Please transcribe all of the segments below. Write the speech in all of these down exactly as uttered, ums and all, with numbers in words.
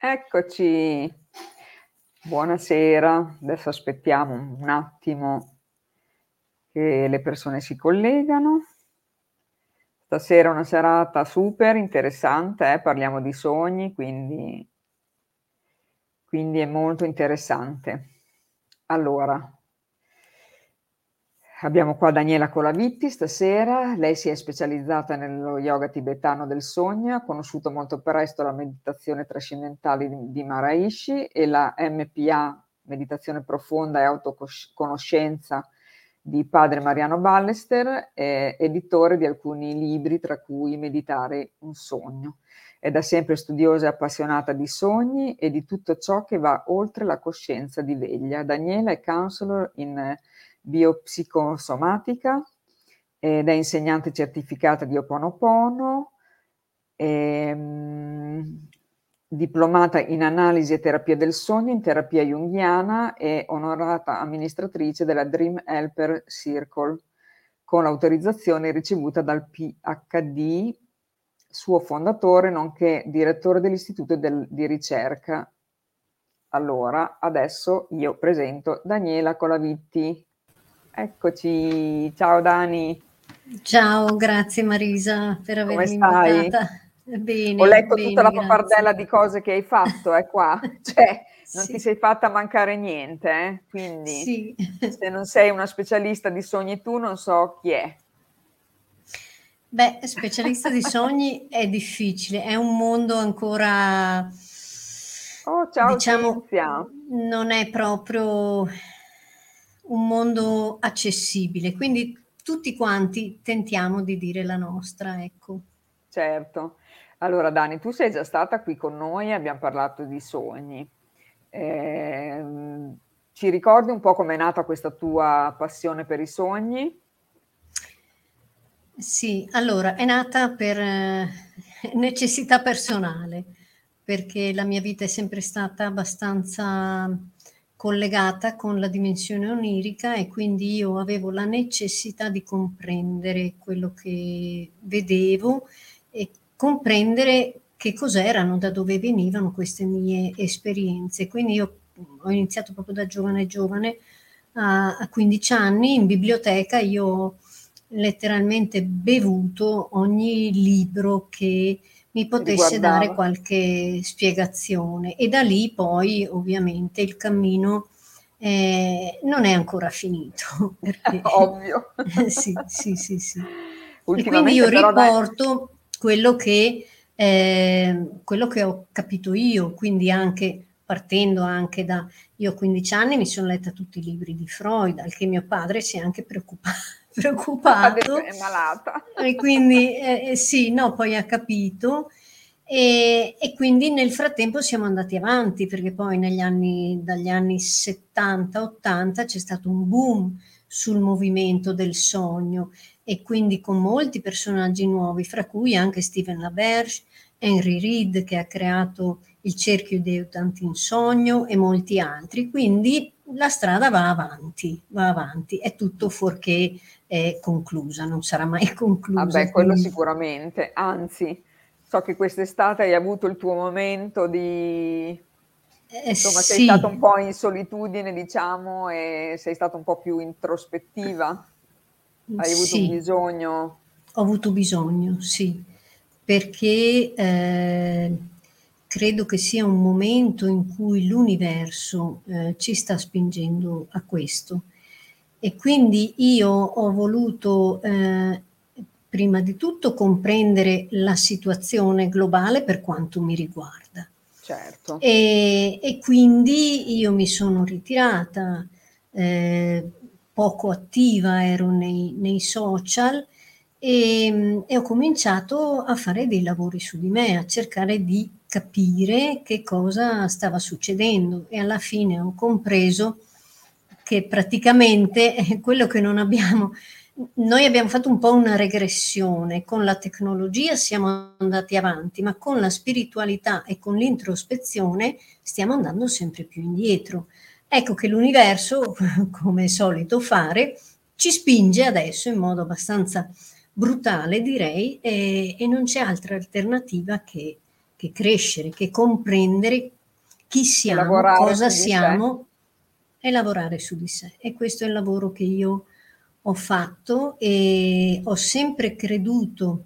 Eccoci. Buonasera. Adesso aspettiamo un attimo che le persone si collegano. Stasera è una serata super interessante, eh, parliamo di sogni, quindi quindi è molto interessante. Allora abbiamo qua Daniela Colavitti stasera, lei si è specializzata nello yoga tibetano del sogno, ha conosciuto molto presto la meditazione trascendentale di di Maharishi e la M P A, meditazione profonda e autocosc conoscenza di padre Mariano Ballester, è editore di alcuni libri, tra cui Meditare un sogno. È da sempre studiosa e appassionata di sogni e di tutto ciò che va oltre la coscienza di veglia. Daniela è counselor in biopsicosomatica ed è insegnante certificata di Ho'oponopono, ehm, diplomata in analisi e terapia del sogno, in terapia junghiana e onorata amministratrice della Dream Helper Circle, con l'autorizzazione ricevuta dal P H D, suo fondatore, nonché direttore dell'istituto del di ricerca. Allora, adesso io presento Daniela Colavitti. Eccoci, ciao Dani. Ciao, grazie Marisa per Come avermi stai? invitata. Ho Bene, letto tutta bene, la grazie. pappardella di cose che hai fatto, è qua. Cioè, non ti Sì, sei fatta mancare niente, eh? Quindi, sì. se non sei una specialista di sogni tu, non so chi è. Beh, specialista di sogni è difficile, è un mondo ancora, Oh, ciao diciamo, Cinzia. non è proprio un mondo accessibile, quindi tutti quanti tentiamo di dire la nostra, ecco. Certo. Allora Dani, tu sei già stata qui con noi e abbiam parlato di sogni. Ehm, ci ricordi un po' com'è nata questa tua passione per i sogni? Sì, allora è nata per eh, necessità personale, perché la mia vita è sempre stata abbastanza collegata con la dimensione onirica e quindi io avevo la necessità di comprendere quello che vedevo e comprendere che cos'erano, da dove venivano queste mie esperienze. Quindi io ho iniziato proprio da giovane giovane, a, a quindici anni, in biblioteca io ho letteralmente bevuto ogni libro che mi Ti potesse dare riguardava? qualche spiegazione e da lì poi ovviamente il cammino eh, non è ancora finito perché Ovvio. sì, sì, sì, sì. E quindi io Ultimamente però dai, riporto quello che, eh, quello che ho capito io, quindi anche partendo anche da, io a quindici anni mi sono letta tutti i libri di Freud, al che mio padre si è anche preoccupa- ha detto preoccupato è malata. e quindi eh, eh, sì, no, poi ha capito e, e quindi nel frattempo siamo andati avanti perché poi negli anni, dagli anni settanta ottanta c'è stato un boom sul movimento del sogno e quindi con molti personaggi nuovi, fra cui anche Stephen LaBerge, Henry Reid che ha creato il cerchio dei aiutanti in sogno e molti altri. Quindi la strada va avanti, va avanti, è tutto fuorché è conclusa, non sarà mai Ah conclusa. beh, quello Quindi, sicuramente. Anzi, so che quest'estate hai avuto il tuo momento di eh, insomma, sei stata un sì, po' in solitudine, diciamo, e sei stata un po' più introspettiva. Hai avuto sì, bisogno. ho avuto bisogno, sì, perché eh, credo che sia un momento in cui l'universo eh, ci sta spingendo a questo. E quindi io ho voluto eh, prima di tutto comprendere la situazione globale per quanto mi riguarda. Certo. E, e quindi io mi sono ritirata, eh, poco attiva ero nei, nei social e, e ho cominciato a fare dei lavori su di me, a cercare di capire che cosa stava succedendo e alla fine ho compreso che praticamente quello che non abbiamo, noi abbiamo fatto un po' una regressione, con la tecnologia siamo andati avanti, ma con la spiritualità e con l'introspezione stiamo andando sempre più indietro. Ecco che l'universo, come è solito fare, ci spinge adesso in modo abbastanza brutale, direi, e, e non c'è altra alternativa che, che crescere, che comprendere chi E siamo, lavorare cosa su di sé. siamo e lavorare su di sé. E questo è il lavoro che io ho fatto e ho sempre creduto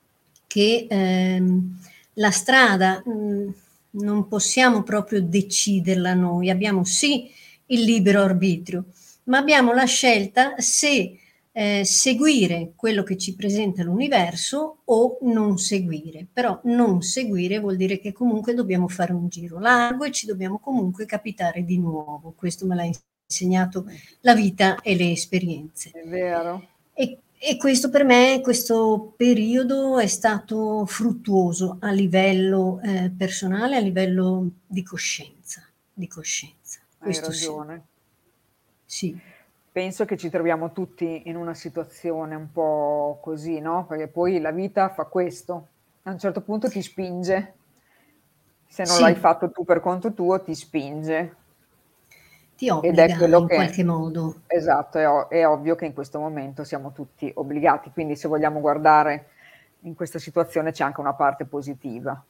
che ehm, la strada mh, non possiamo proprio deciderla noi, abbiamo sì il libero arbitrio, ma abbiamo la scelta se eh, seguire quello che ci presenta l'universo o non seguire. Però non seguire vuol dire che comunque dobbiamo fare un giro largo e ci dobbiamo comunque capitare di nuovo. Questo me l'ha insegnato la vita e le esperienze. È vero. E, e questo per me, questo periodo è stato fruttuoso a livello eh, personale, a livello di coscienza, di coscienza. Hai Questo sì, ragione. sì. Penso che ci troviamo tutti in una situazione un po' così, no? Perché poi la vita fa questo. A un certo punto ti spinge. Se non l'hai Sì, fatto tu per conto tuo, ti spinge. ti Ed è obbliga quello in qualche che, modo. esatto, è, ov- è ovvio che in questo momento siamo tutti obbligati. Quindi se vogliamo guardare in questa situazione c'è anche una parte positiva,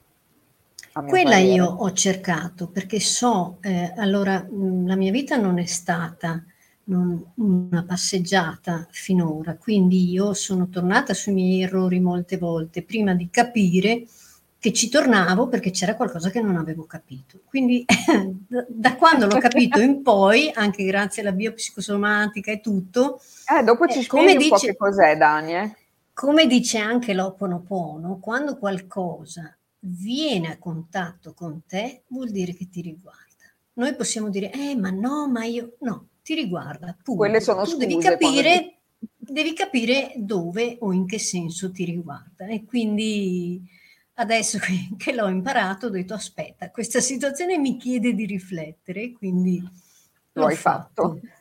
a mio Quella io parere. ho cercato perché so, eh, allora mh, la mia vita non è stata non- una passeggiata finora, quindi io sono tornata sui miei errori molte volte prima di capire che ci tornavo perché c'era qualcosa che non avevo capito. Quindi da, da quando l'ho capito in poi, anche grazie alla biopsicosomatica e tutto, Eh, dopo ci eh, come spieghi un po' che dice, cos'è, Dani, eh? come dice anche l'Ho'oponopono, quando qualcosa viene a contatto con te, vuol dire che ti riguarda. Noi possiamo dire, eh, ma no, ma io... No, ti riguarda, Quelle punto. sono Tu devi scuse quando dici. capire, devi capire dove o in che senso ti riguarda. E quindi adesso che, che l'ho imparato, ho detto, aspetta, questa situazione mi chiede di riflettere, quindi Lo l'ho hai fatto. fatto.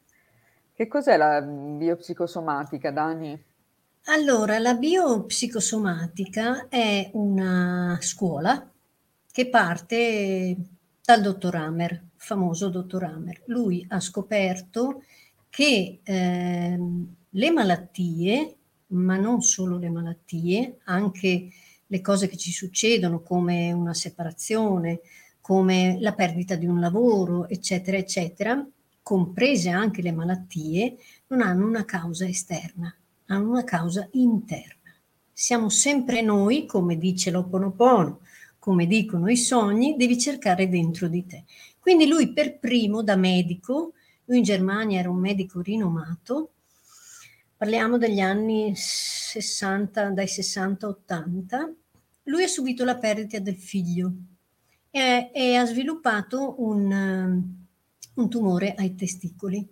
Che cos'è la biopsicosomatica, Dani? Allora, la biopsicosomatica è una scuola che parte dal dottor Hammer, famoso dottor Hammer. Lui ha scoperto che ehm, le malattie, ma non solo le malattie, anche le cose che ci succedono come una separazione, come la perdita di un lavoro, eccetera, eccetera, comprese anche le malattie, non hanno una causa esterna, hanno una causa interna. Siamo sempre noi, come dice l'Ho'oponopono, come dicono i sogni, devi cercare dentro di te. Quindi lui per primo, da medico, lui in Germania era un medico rinomato, parliamo degli anni sessanta, dai sessanta ottanta, lui ha subito la perdita del figlio e, e ha sviluppato un, um, un tumore ai testicoli,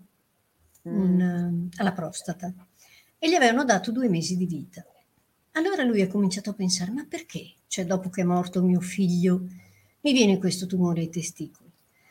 un, Mm. um, alla prostata, e gli avevano dato due mesi di vita. Allora lui ha cominciato a pensare, ma perché? Cioè, dopo che è morto mio figlio, mi viene questo tumore ai testicoli.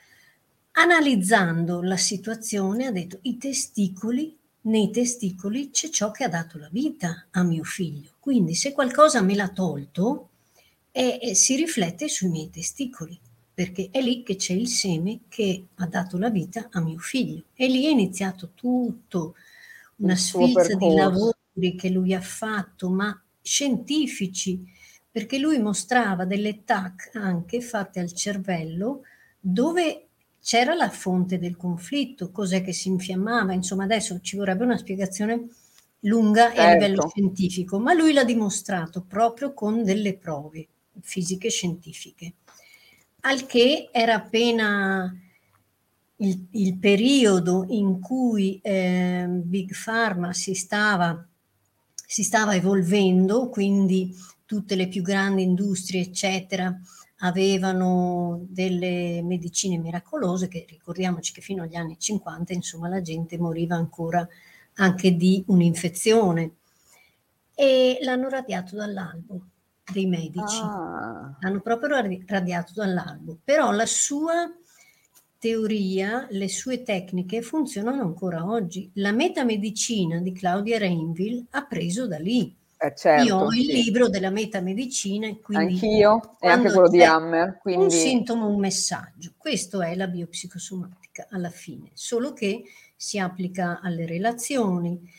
Analizzando la situazione ha detto, i testicoli, nei testicoli c'è ciò che ha dato la vita a mio figlio. Quindi se qualcosa me l'ha tolto, e, e si riflette sui miei testicoli, perché è lì che c'è il seme che ha dato la vita a mio figlio. E lì è iniziato tutto, una Il suo sfilza di percorso. lavori che lui ha fatto, ma scientifici, perché lui mostrava delle T A C anche fatte al cervello dove c'era la fonte del conflitto, cos'è che si infiammava, insomma adesso ci vorrebbe una spiegazione lunga e a livello Certo. scientifico, ma lui l'ha dimostrato proprio con delle prove fisiche e scientifiche. Al che era appena il, il periodo in cui eh, Big Pharma si stava, si stava evolvendo, quindi tutte le più grandi industrie, eccetera, avevano delle medicine miracolose, che ricordiamoci che fino agli anni cinquanta, insomma, la gente moriva ancora anche di un'infezione. E l'hanno radiato dall'albo dei medici, Ah, l'hanno proprio radiato dall'albo, però la sua teoria, le sue tecniche funzionano ancora oggi. La metamedicina di Claudia Rainville ha preso da lì. eh Io ho certo, il sì. libro della metamedicina e quindi Anch'io e anche quando quello di c'è Hammer, un quindi sintomo, un messaggio. Questo è la biopsicosomatica alla fine, solo che si applica alle relazioni,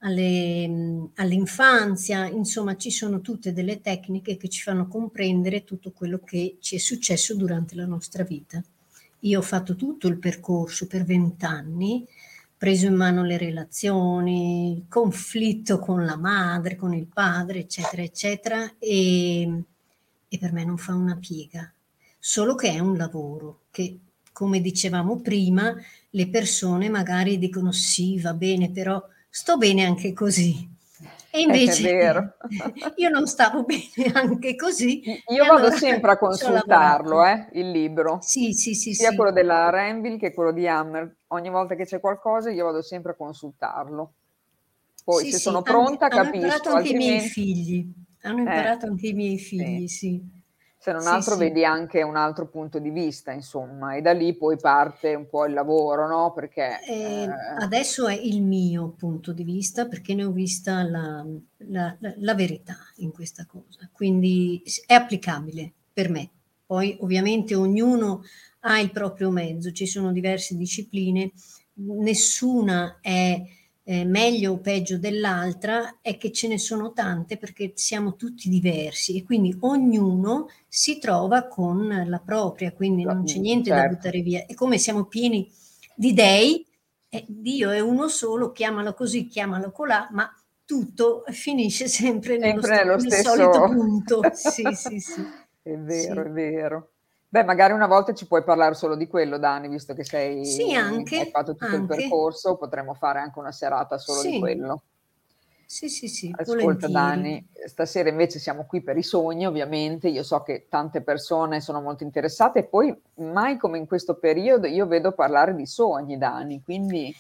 alle, all'infanzia, insomma ci sono tutte delle tecniche che ci fanno comprendere tutto quello che ci è successo durante la nostra vita. Io ho fatto tutto il percorso per vent'anni, preso in mano le relazioni, il conflitto con la madre, con il padre, eccetera, eccetera, e, e per me non fa una piega, solo che è un lavoro che, come dicevamo prima, le persone magari dicono sì, va bene, però sto bene anche così. E È invece vero. io non stavo bene anche così e Io vado allora sempre a ci ho lavorato. consultarlo, eh, il libro, Sì, sì, sì, sia sì. quello della Renville che quello di Hammer. Ogni volta che c'è qualcosa io vado sempre a consultarlo. Poi Sì, se sì, sono anche, pronta hanno imparato capisco, anche i miei altrimenti figli. Hanno eh, imparato anche i miei sì. figli, sì. Se non Sì, altro sì. vedi anche un altro punto di vista, insomma, e da lì poi parte un po' il lavoro, no? Perché Ehm, eh, adesso è il mio punto di vista, perché ne ho vista la la la la verità in questa cosa, quindi s è applicabile per me. Poi ovviamente ognuno ha il proprio mezzo, ci sono diverse discipline, nessuna è, ehm, meglio o peggio dell'altra, è che ce ne sono tante perché siamo tutti diversi e quindi ognuno si trova con la propria, quindi la- non c'è niente da certo. buttare via. E come siamo pieni di dei, eh, Dio è uno solo, chiamalo così, chiamalo colà, ma tutto finisce sempre nello Sempre sto nello nel solito stesso. punto. Sì, sì, sì. È vero, Sì. è vero. Beh, magari una volta ci puoi parlare solo di quello, Dani, visto che Sì, sei, hai anche, fatto tutto il anche. percorso, potremmo fare anche una serata solo di Sì. quello. Sì, sì, sì, Ascolta, volentieri. Dani, stasera invece siamo qui per i sogni, ovviamente. Io so che tante persone sono molto interessate e poi mai come in questo periodo io vedo parlare di sogni, Dani, quindi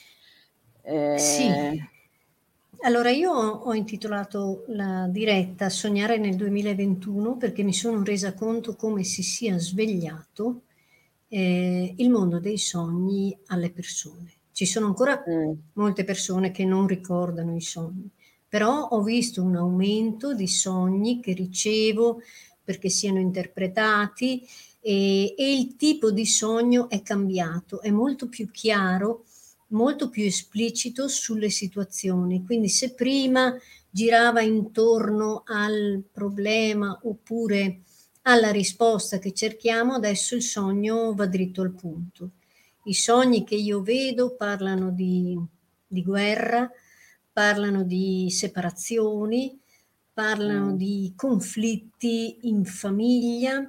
Sì. eh, Allora io ho ho intitolato la diretta "Sognare nel duemilaventuno" perché mi sono resa conto come si sia svegliato, ehm, il mondo dei sogni alle persone. Ci sono ancora mm, molte persone che non ricordano i sogni, però ho visto un aumento di sogni che ricevo perché siano interpretati, e e il tipo di sogno è cambiato, è molto più chiaro, molto più esplicito sulle situazioni. Quindi se prima girava intorno al problema oppure alla risposta che cerchiamo, adesso il sogno va dritto al punto. I sogni che io vedo parlano di, di guerra, parlano di separazioni, parlano mm. di conflitti in famiglia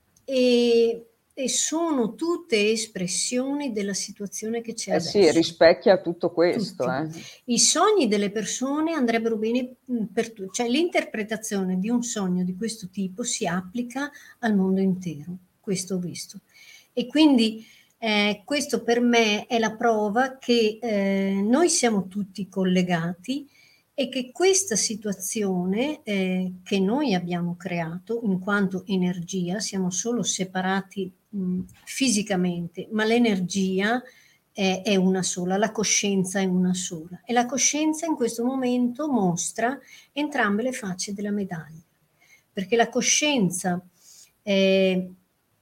e, e sono tutte espressioni della situazione che c'è Eh sì, adesso. rispecchia tutto questo, Tutti. eh. I sogni delle persone andrebbero bene, mhmm, per tu cioè l'interpretazione di un sogno di questo tipo si applica al mondo intero, questo ho visto. E quindi, ehm, questo per me è la prova che, ehm, noi siamo tutti collegati e che questa situazione, ehm, che noi abbiamo creato in quanto energia, siamo solo separati, mhmm, fisicamente, ma l'energia è è una sola, la coscienza è una sola e la coscienza in questo momento mostra entrambe le facce della medaglia, perché la coscienza, ehm,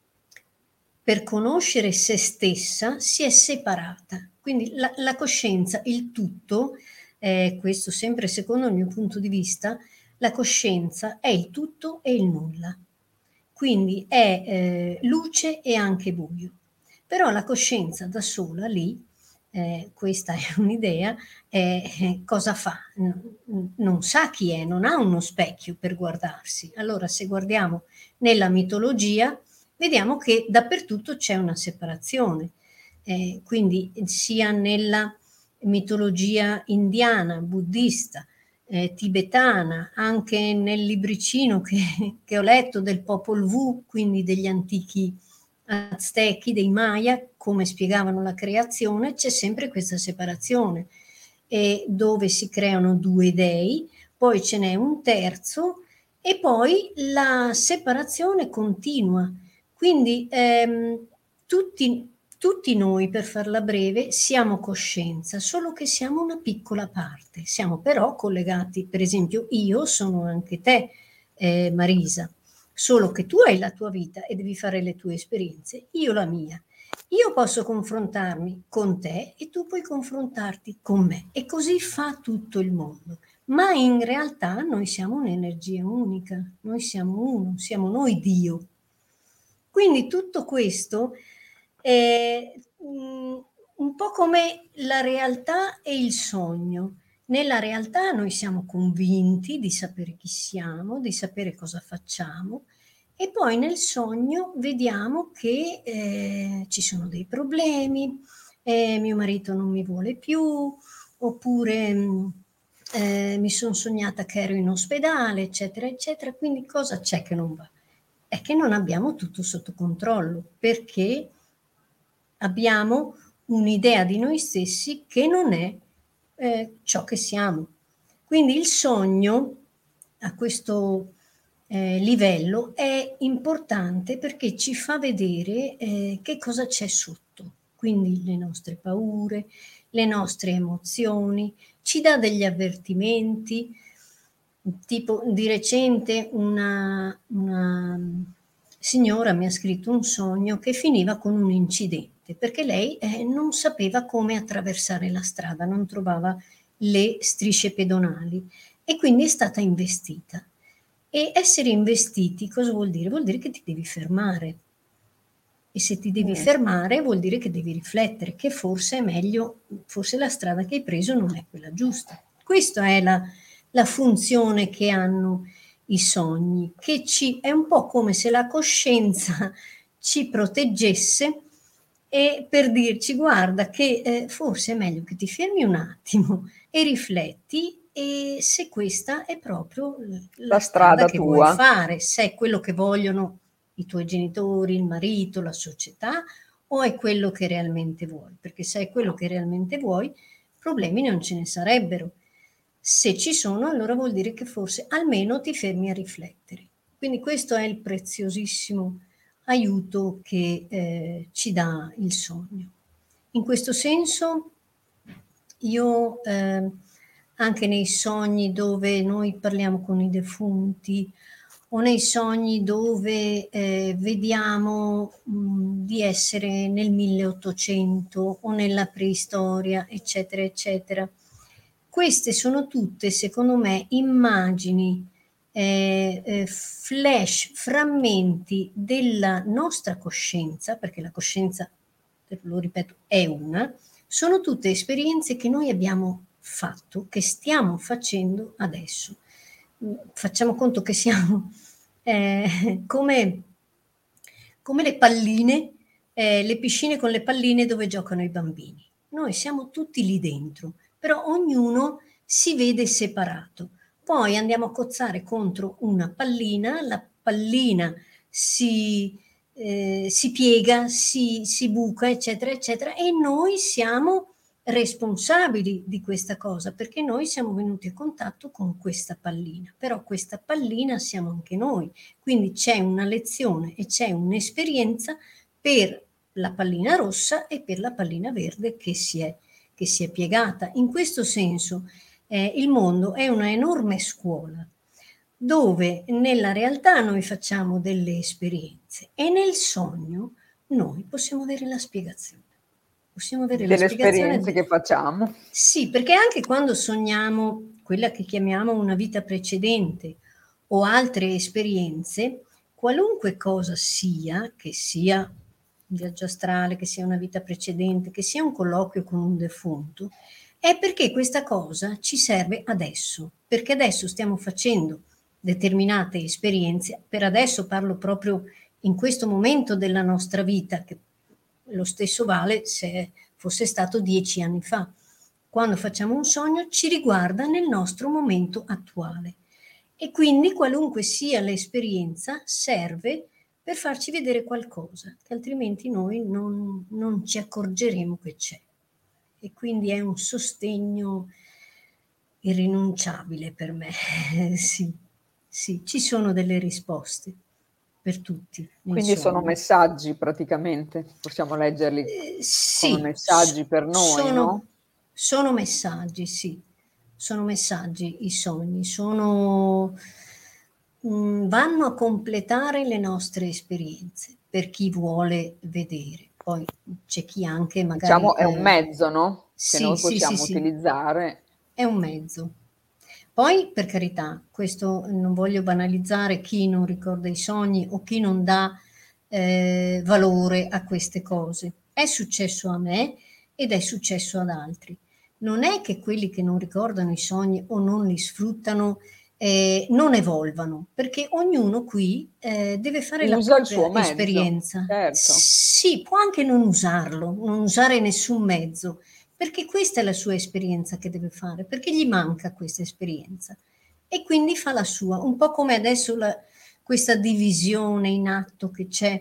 per conoscere se stessa si è separata. Quindi la la coscienza, il tutto, ehm, questo sempre secondo il mio punto di vista, la coscienza è il tutto e il nulla. Quindi è, ehm, luce e anche buio. Però la coscienza da sola lì, ehm, questa è un'idea, ehm, eh, cosa fa? N n non sa chi è, non ha uno specchio per guardarsi. Allora se guardiamo nella mitologia, vediamo che dappertutto c'è una separazione. Ehm, quindi sia nella mitologia indiana, buddista, ehm, tibetana, anche nel libricino che che ho letto del Popol Vuh, quindi degli antichi aztechi, dei Maya, come spiegavano la creazione, c'è sempre questa separazione, e dove si creano due dei, poi ce n'è un terzo e poi la separazione continua. Quindi ehm, tutti, tutti noi, per farla breve, siamo coscienza, solo che siamo una piccola parte. Siamo però collegati, per esempio io sono anche te, eh, Marisa. solo che tu hai la tua vita e devi fare le tue esperienze, io la mia. Io posso confrontarmi con te e tu puoi confrontarti con me, e così fa tutto il mondo. Ma in realtà noi siamo un'energia unica, noi siamo uno, siamo noi Dio. Quindi tutto questo è mh, un po' come la realtà e il sogno. Nella realtà noi siamo convinti di sapere chi siamo, di sapere cosa facciamo, e poi nel sogno vediamo che eh, ci sono dei problemi, eh, mio marito non mi vuole più, oppure mh, eh, mi sono sognata che ero in ospedale, eccetera, eccetera. Quindi cosa c'è che non va? È che non abbiamo tutto sotto controllo, perché abbiamo un'idea di noi stessi che non è eh, ciò che siamo. Quindi il sogno a questo eh, livello è importante perché ci fa vedere eh, che cosa c'è sotto, quindi le nostre paure, le nostre emozioni, ci dà degli avvertimenti. Tipo di recente una, una signora mi ha scritto un sogno che finiva con un incidente, perché lei eh, non sapeva come attraversare la strada, non trovava le strisce pedonali e quindi è stata investita. E essere investiti cosa vuol dire? Vuol dire che ti devi fermare. E se ti devi Mm. fermare vuol dire che devi riflettere, che forse è meglio, forse la strada che hai preso non è quella giusta. Questa è la, la funzione che hanno i sogni, che ci, è un po' come se la coscienza ci proteggesse e per dirci guarda che eh, forse è meglio che ti fermi un attimo e rifletti, e se questa è proprio la, La strada strada che vuoi tua. fare, se è quello che vogliono i tuoi genitori, il marito, la società, o è quello che realmente vuoi? Perché se è quello che realmente vuoi, problemi non ce ne sarebbero. Se ci sono, allora vuol dire che forse almeno ti fermi a riflettere. Quindi questo è il preziosissimo aiuto che eh, ci dà il sogno. In questo senso, io eh, anche nei sogni dove noi parliamo con i defunti, o nei sogni dove eh, vediamo mh, di essere nel milleottocento o nella preistoria, eccetera, eccetera. Queste sono tutte, secondo me, immagini, eh, eh, flash, frammenti della nostra coscienza, perché la coscienza, lo ripeto, è una, sono tutte esperienze che noi abbiamo fatto, che stiamo facendo adesso. Facciamo conto che siamo eh, come, come le palline, eh, le piscine con le palline dove giocano i bambini. Noi siamo tutti lì dentro, però ognuno si vede separato. Poi andiamo a cozzare contro una pallina, la pallina si, eh, si piega, si, si buca, eccetera, eccetera, e noi siamo responsabili di questa cosa, perché noi siamo venuti a contatto con questa pallina, però questa pallina siamo anche noi, quindi c'è una lezione e c'è un'esperienza per la pallina rossa e per la pallina verde che si è, che si è piegata. In questo senso eh, il mondo è una enorme scuola dove nella realtà noi facciamo delle esperienze e nel sogno noi possiamo avere la spiegazione. Possiamo avere la Delle spiegazione esperienze di... che facciamo. Sì, perché anche quando sogniamo quella che chiamiamo una vita precedente o altre esperienze, qualunque cosa sia, che sia un viaggio astrale, che sia una vita precedente, che sia un colloquio con un defunto, è perché questa cosa ci serve adesso, perché adesso stiamo facendo determinate esperienze, per adesso parlo proprio in questo momento della nostra vita, che lo stesso vale se fosse stato dieci anni fa. Quando facciamo un sogno ci riguarda nel nostro momento attuale e quindi qualunque sia l'esperienza serve per farci vedere qualcosa che altrimenti noi non, non ci accorgeremo che c'è, e quindi è un sostegno irrinunciabile per me. sì, sì, ci sono delle risposte per tutti nei Quindi sono sogni. messaggi praticamente, possiamo leggerli Eh, come sì, messaggi per noi, sono, no? sono messaggi, sì, sono messaggi i sogni, sono mh, vanno a completare le nostre esperienze, per chi vuole vedere. Poi c'è chi anche magari... Diciamo è un Eh, mezzo, no, che sì, noi sì, sì, possiamo sì, utilizzare. è un mezzo. Poi, per carità, questo non voglio banalizzare chi non ricorda i sogni o chi non dà eh, valore a queste cose. È successo a me ed è successo ad altri. Non è che quelli che non ricordano i sogni o non li sfruttano eh, non evolvano, perché ognuno qui eh, deve fare la Usa il suo propria mezzo, esperienza. certo. Sì, può anche non usarlo, non usare nessun mezzo, perché questa è la sua esperienza che deve fare, perché gli manca questa esperienza e quindi fa la sua, un po' come adesso la, questa divisione in atto che c'è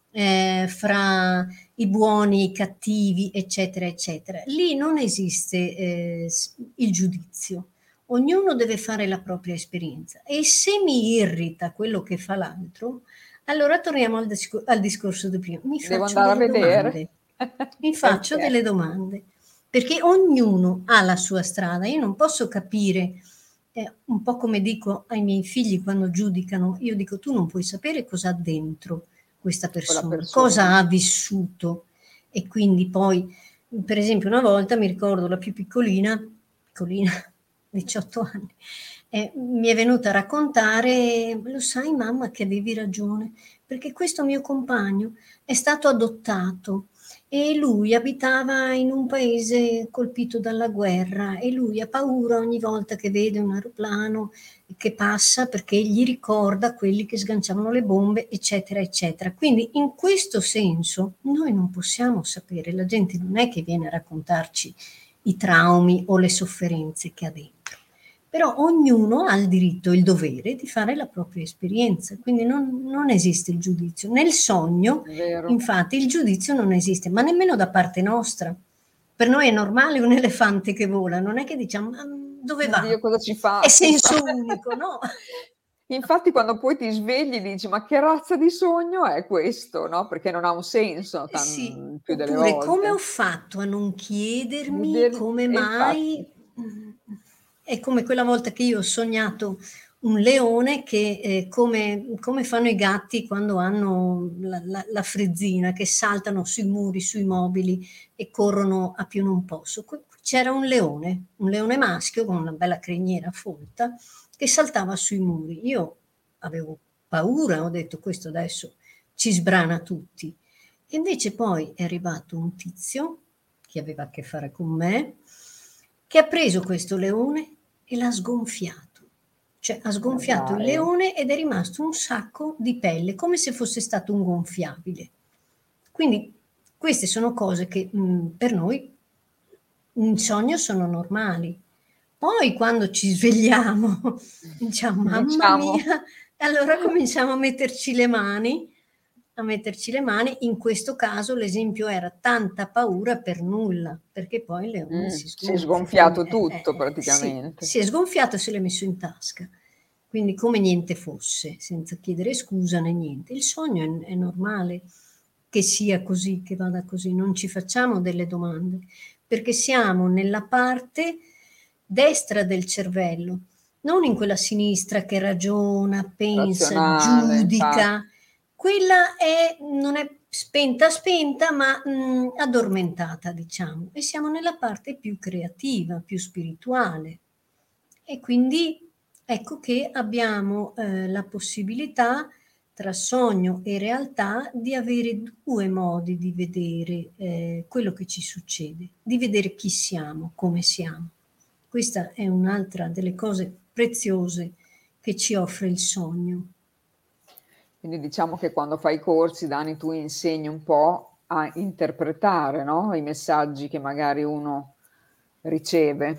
eh, fra i buoni, i cattivi, eccetera, eccetera. Lì non esiste eh, il giudizio, ognuno deve fare la propria esperienza e se mi irrita quello che fa l'altro, allora torniamo al, discor- al discorso di prima, mi Devo faccio andare a delle vedere. domande, mi faccio Perché? delle domande, perché ognuno ha la sua strada, io non posso capire, eh, un po' come dico ai miei figli quando giudicano, io dico tu non puoi sapere cosa ha dentro questa Quella persona, cosa persona. ha vissuto e quindi poi, per esempio una volta mi ricordo la più piccolina, piccolina, diciotto anni, eh, mi è venuta a raccontare, lo sai mamma che avevi ragione, perché questo mio compagno è stato adottato e lui abitava in un paese colpito dalla guerra e lui ha paura ogni volta che vede un aeroplano che passa perché gli ricorda quelli che sganciavano le bombe, eccetera, eccetera. Quindi in questo senso noi non possiamo sapere, la gente non è che viene a raccontarci i traumi o le sofferenze che ha dentro. Però ognuno ha il diritto e il dovere di fare la propria esperienza, quindi non, non esiste il giudizio. Nel sogno, È vero. infatti, il giudizio non esiste, ma nemmeno da parte nostra. Per noi è normale un elefante che vola, non è che diciamo ma dove va? Oddio, cosa ci È fa? senso Infatti, unico, no? infatti quando poi ti svegli dici: "Ma che razza di sogno è questo?" No, perché non ha un senso Sì, tan più delle oppure come ho volte. fatto a non chiedermi Veder come e mai, infatti. mhmm, è come quella volta che io ho sognato un leone che, ehm, come come fanno i gatti quando hanno la la la frizzina, che saltano sui muri, sui mobili e corrono a più non posso. Qui qui c'era un leone, un leone maschio con una bella criniera folta, che saltava sui muri. Io avevo paura, ho detto: "Questo adesso ci sbrana tutti". E invece poi è arrivato un tizio, che aveva a che fare con me, che ha preso questo leone e l'ha sgonfiato. Cioè ha Ma sgonfiato il dai. leone ed è rimasto un sacco di pelle, come se fosse stato un gonfiabile. Quindi queste sono cose che mh, per noi in sogno sono normali. Poi quando ci svegliamo diciamo: "Mamma Diciamo mia", e allora cominciamo a metterci le mani a metterci le mani. In questo caso l'esempio era tanta paura per nulla, perché poi il leone si mh, si è sgonfia, quindi sgonfiato eh, eh, tutto eh, sì, praticamente. si è sgonfiato e se l'è messo in tasca. Quindi come niente fosse, senza chiedere scusa né niente. Il sogno è è normale che sia così, che vada così, non ci facciamo delle domande, perché siamo nella parte destra del cervello, non in quella sinistra che ragiona, pensa, Razionale, infatti. giudica. Quella è, non è spenta spenta, ma mh, addormentata, diciamo, e siamo nella parte più creativa, più spirituale. E quindi ecco che abbiamo eh, la possibilità tra sogno e realtà di avere due modi di vedere eh, quello che ci succede, di vedere chi siamo, come siamo. Questa è un'altra delle cose preziose che ci offre il sogno. Quindi diciamo che quando fai i corsi, Dani, tu insegni un po' a interpretare, no, i messaggi che magari uno riceve,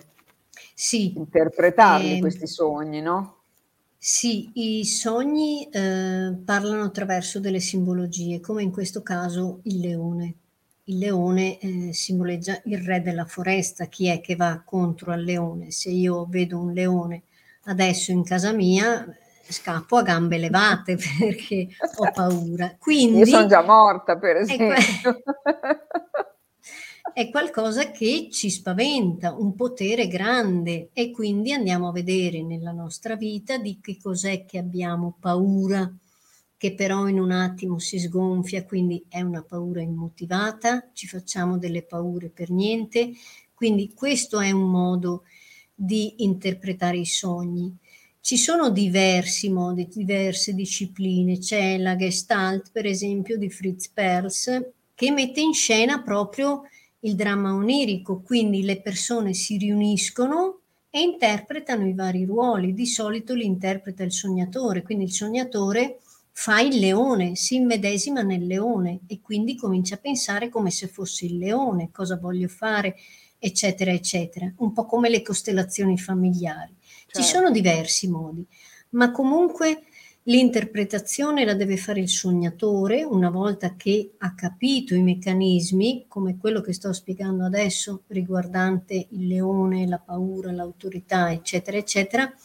Sì, interpretarli ehm, questi sogni, no? sì, i sogni eh, parlano attraverso delle simbologie, come in questo caso il leone. Il leone eh, simboleggia il re della foresta, chi è che va contro al leone? Se io vedo un leone adesso in casa mia, scappo a gambe levate perché ho paura. Io son Quindi, già morta per ecco, esempio. è qualcosa che ci spaventa, un potere grande, e quindi andiamo a vedere nella nostra vita di che cos'è che abbiamo paura, che però in un attimo si sgonfia, quindi è una paura immotivata, ci facciamo delle paure per niente, quindi questo è un modo di interpretare i sogni. Ci sono diversi modi, diverse discipline, c'è la Gestalt per esempio di Fritz Perls, che mette in scena proprio il dramma onirico, quindi le persone si riuniscono e interpretano i vari ruoli, di solito li interpreta il sognatore, quindi il sognatore fa il leone, si immedesima nel leone e quindi comincia a pensare come se fosse il leone, cosa voglio fare, eccetera, eccetera, un po' come le costellazioni familiari. Ci sono Certo. diversi modi, ma comunque l'interpretazione la deve fare il sognatore una volta che ha capito i meccanismi, come quello che sto spiegando adesso riguardante il leone, la paura, l'autorità, eccetera, eccetera.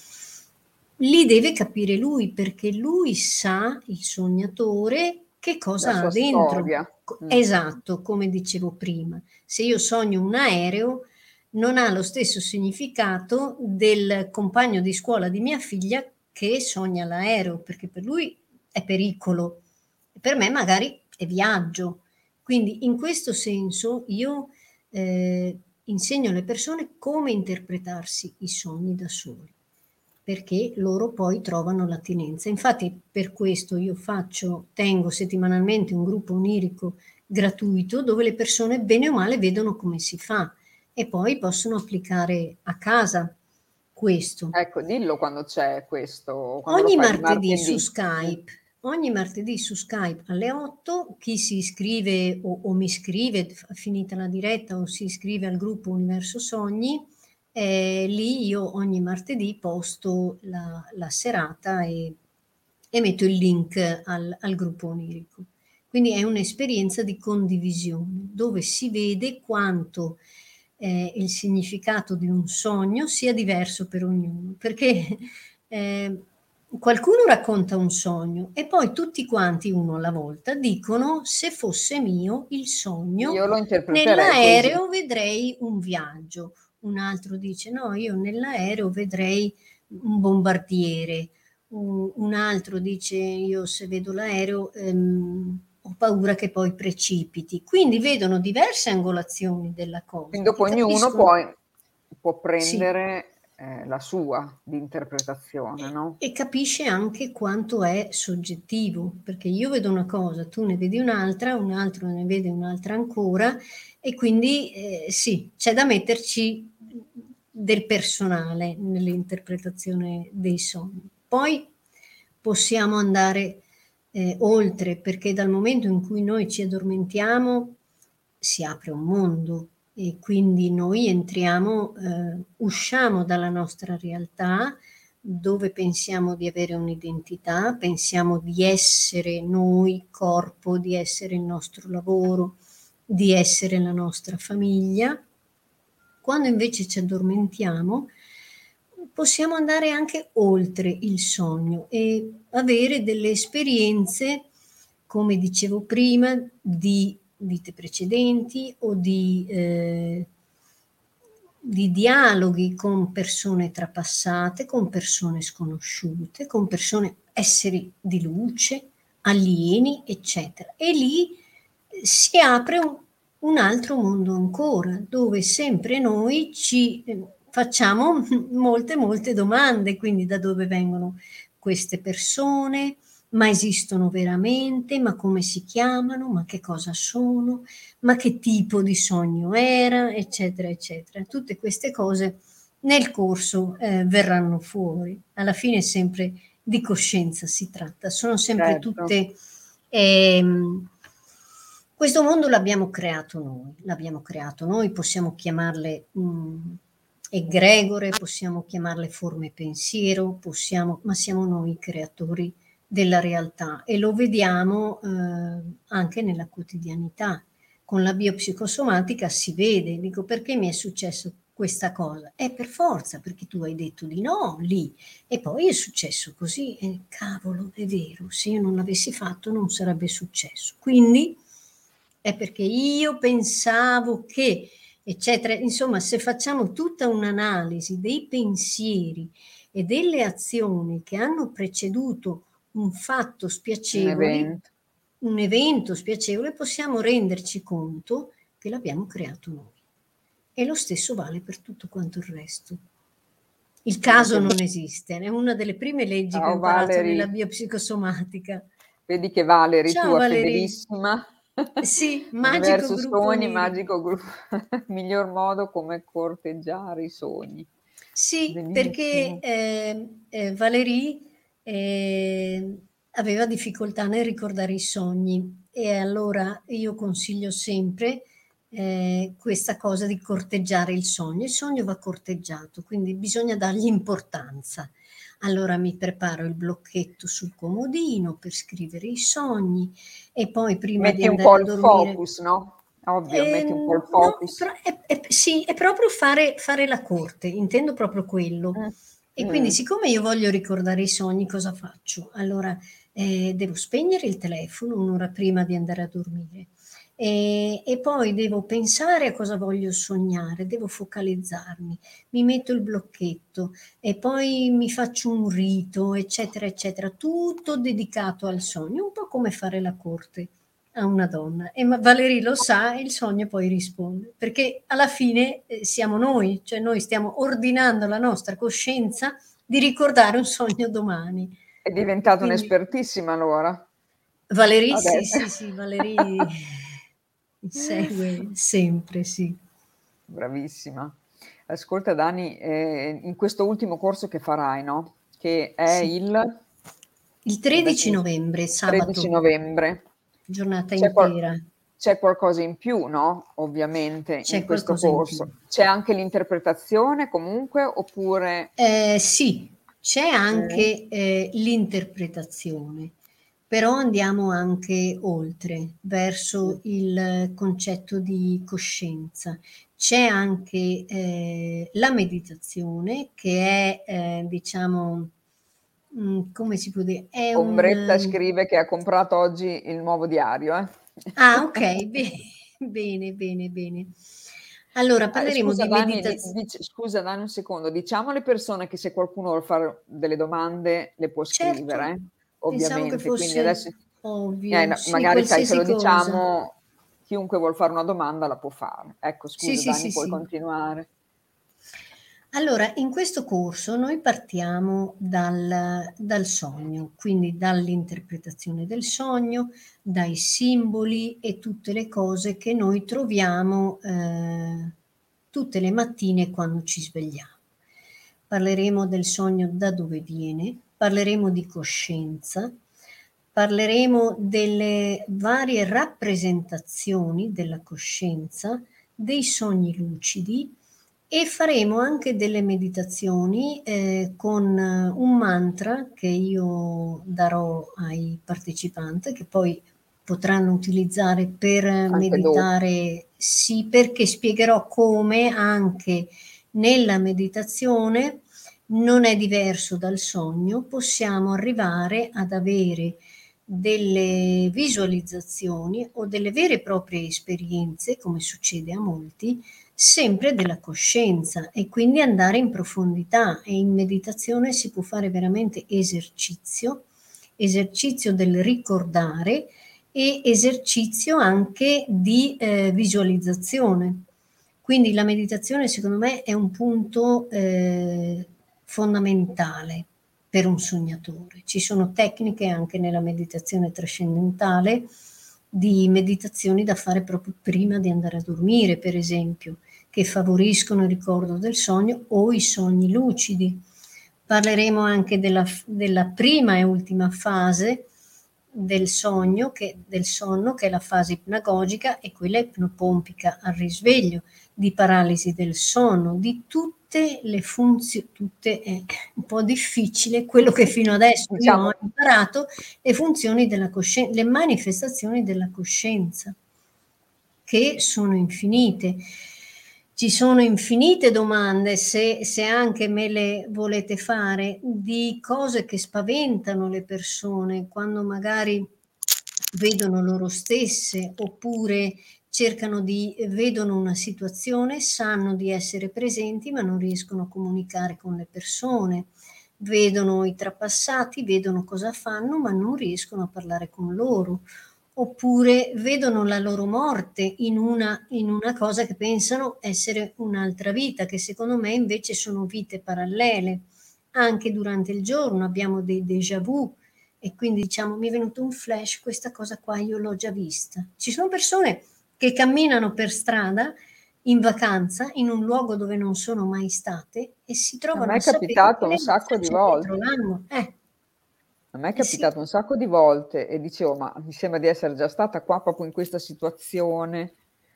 Li deve capire lui, perché lui sa, il sognatore, che La cosa ha sua dentro. storia. Mm. Esatto, come dicevo prima. Se io sogno un aereo, non ha lo stesso significato del compagno di scuola di mia figlia che sogna l'aereo, perché per lui è pericolo, per me magari è viaggio. Quindi in questo senso io eh, insegno alle persone come interpretarsi i sogni da soli, perché loro poi trovano l'attinenza. Infatti per questo io faccio, tengo settimanalmente un gruppo onirico gratuito dove le persone bene o male vedono come si fa e poi possono applicare a casa questo. Ecco, dillo quando c'è questo, quando lo Ogni fai, il martedì su martedì. Mm. Skype, ogni martedì su Skype alle otto, chi si iscrive o, o mi scrive, finita la diretta, o si iscrive al gruppo Universo Sogni, eh, lì io ogni martedì posto la, la serata e, e metto il link al, al gruppo onirico. Quindi è un'esperienza di condivisione dove si vede quanto eh, il significato di un sogno sia diverso per ognuno, perché eh, qualcuno racconta un sogno e poi tutti quanti, uno alla volta, dicono: se fosse mio il sogno, Io lo interpreterei così. nell'aereo vedrei un viaggio. Un altro dice: no, io nell'aereo vedrei un bombardiere. Un, un altro dice: io se vedo l'aereo ehm, ho paura che poi precipiti. Quindi vedono diverse angolazioni della cosa Quindi e dopo ognuno capiscono. poi può Sì, prendere eh, la sua di interpretazione, no? e capisce anche quanto è soggettivo, perché io vedo una cosa, tu ne vedi un'altra, un altro ne vede un'altra ancora, e quindi eh, sì, c'è da metterci del personale nell'interpretazione dei sogni. Poi possiamo andare eh, oltre, perché dal momento in cui noi ci addormentiamo si apre un mondo e quindi noi entriamo, eh, usciamo dalla nostra realtà dove pensiamo di avere un'identità, pensiamo di essere noi, corpo, di essere il nostro lavoro, di essere la nostra famiglia. Quando invece ci addormentiamo, possiamo andare anche oltre il sogno e avere delle esperienze, come dicevo prima, di vite precedenti o di, eh, di dialoghi con persone trapassate, con persone sconosciute, con persone, esseri di luce, alieni, eccetera. E lì si apre un, un altro mondo ancora, dove sempre noi ci eh, facciamo molte, molte domande, quindi da dove vengono queste persone, ma esistono veramente, ma come si chiamano, ma che cosa sono, ma che tipo di sogno era, eccetera, eccetera. Tutte queste cose nel corso eh, verranno fuori. Alla fine sempre di coscienza si tratta, sono sempre Certo. tutte... Ehm, questo mondo l'abbiamo creato noi, l'abbiamo creato noi, possiamo chiamarle mh, egregore, possiamo chiamarle forme pensiero, possiamo, ma siamo noi i creatori della realtà e lo vediamo eh, anche nella quotidianità. Con la biopsicosomatica si vede, dico perché mi è successo questa cosa? È per forza, perché tu hai detto di no lì e poi è successo così e cavolo, è vero, se io non l'avessi fatto non sarebbe successo. Quindi è perché io pensavo che, eccetera. Insomma, se facciamo tutta un'analisi dei pensieri e delle azioni che hanno preceduto un fatto Un spiacevole, evento. un evento spiacevole, possiamo renderci conto che l'abbiamo creato noi. E lo stesso vale per tutto quanto il resto. Il Vedi caso che, non esiste, è una delle prime leggi che ho ciao imparato nella Valerie, biopsicosomatica. vedi che Valerie, Ciao tua Valerie. fedelissima, Sì, magico Universo gruppo Sogni, Miri. magico gruppo, miglior modo come corteggiare i sogni. Sì, perché Benissimo. eh, eh, Valérie eh, aveva difficoltà nel ricordare i sogni e allora io consiglio sempre eh, questa cosa di corteggiare il sogno. Il sogno va corteggiato, quindi bisogna dargli importanza. Allora mi preparo il blocchetto sul comodino per scrivere i sogni e poi prima di Metti un po' andare a il dormire. focus, no? Ovvio, metti un po' il Ehm, no, è, focus. pro- è- è- sì, è proprio fare, fare la corte, intendo proprio quello. Mm. E quindi, Mm. siccome io voglio ricordare i sogni, cosa faccio? Allora, eh, devo spegnere il telefono un'ora prima di andare a dormire. E, e poi devo pensare a cosa voglio sognare, devo focalizzarmi, mi metto il blocchetto e poi mi faccio un rito, eccetera, eccetera, tutto dedicato al sogno, un po' come fare la corte a una donna. E ma Valerie lo sa e il sogno poi risponde, perché alla fine eh, siamo noi, cioè noi stiamo ordinando alla nostra coscienza di ricordare un sogno domani. È diventata Quindi un'espertissima allora. Valerie, sì, Adesso. sì, sì, Valerie mi segue sempre, sì. Bravissima. Ascolta Dani, eh, in questo ultimo corso che farai, no? Che è Sì. il, Il adesso tredici mi- novembre, tredici sabato, novembre. giornata C'è qual- intera, c'è qualcosa in più, no? Ovviamente in c'è questo qualcosa in più. corso. C'è anche l'interpretazione comunque, oppure... Eh, sì, c'è Mm, anche eh, l'interpretazione, però andiamo anche oltre, verso mm, il concetto di coscienza. C'è anche eh, la meditazione, che è, eh, diciamo, mm, come si può dire, è un... Ombretta ehm, scrive che ha comprato oggi il nuovo diario, eh? Ah, ok, be- bene, bene, bene. Allora, Ah, parleremo scusa di Dani, di- meditazione. dic- scusa Dani un secondo, diciamo alle persone che se qualcuno vuole fare delle domande le può Certo, scrivere, eh, pensavo che ovviamente, quindi fosse adesso eh, ovvio. no, Sì, magari sai se qualsiasi lo cosa. diciamo, chiunque vuol fare una domanda la può fare. Ecco, Sì, scusa sì, Dani, sì, puoi sì. continuare. Allora, in questo corso noi partiamo dal, dal sogno, quindi dall'interpretazione del sogno, dai simboli e tutte le cose che noi troviamo eh, tutte le mattine quando ci svegliamo. Parleremo del sogno da dove viene, parleremo di coscienza, parleremo delle varie rappresentazioni della coscienza, dei sogni lucidi e faremo anche delle meditazioni eh, con eh, un mantra che io darò ai partecipanti, che poi potranno utilizzare per Anche dopo. meditare, sì, perché spiegherò come anche nella meditazione non è diverso dal sogno, possiamo arrivare ad avere delle visualizzazioni o delle vere e proprie esperienze, come succede a molti, sempre della coscienza e quindi andare in profondità e in meditazione si può fare veramente esercizio, esercizio del ricordare e esercizio anche di eh, visualizzazione. Quindi la meditazione secondo me è un punto eh, fondamentale per un sognatore. Ci sono tecniche anche nella meditazione trascendentale di meditazioni da fare proprio prima di andare a dormire, per esempio, che favoriscono il ricordo del sogno o i sogni lucidi. Parleremo anche della, della prima e ultima fase del sogno, che, del sonno, che è la fase ipnagogica e quella ipnopompica al risveglio, di paralisi del sonno, di tutte le funzioni, tutte è un po' difficile, quello che fino adesso io ho Diciamo, imparato, le funzioni della coscienza, le manifestazioni della coscienza, che sono infinite. Ci sono infinite domande, se, se anche me le volete fare, di cose che spaventano le persone, quando magari vedono loro stesse, oppure cercano di vedono una situazione, sanno di essere presenti, ma non riescono a comunicare con le persone. Vedono i trapassati, vedono cosa fanno, ma non riescono a parlare con loro. Oppure vedono la loro morte in una, in una cosa che pensano essere un'altra vita, che secondo me invece sono vite parallele. Anche durante il giorno abbiamo dei déjà vu e quindi diciamo mi è venuto un flash, questa cosa qua io l'ho già vista. Ci sono persone che camminano per strada in vacanza in un luogo dove non sono mai state e si A trovano me a è sapere capitato che un le sacco di massacce dietro volte. l'anno. Eh, A me è eh sì. capitato un sacco di volte e dicevo, ma mi sembra di essere già stata qua proprio in questa situazione.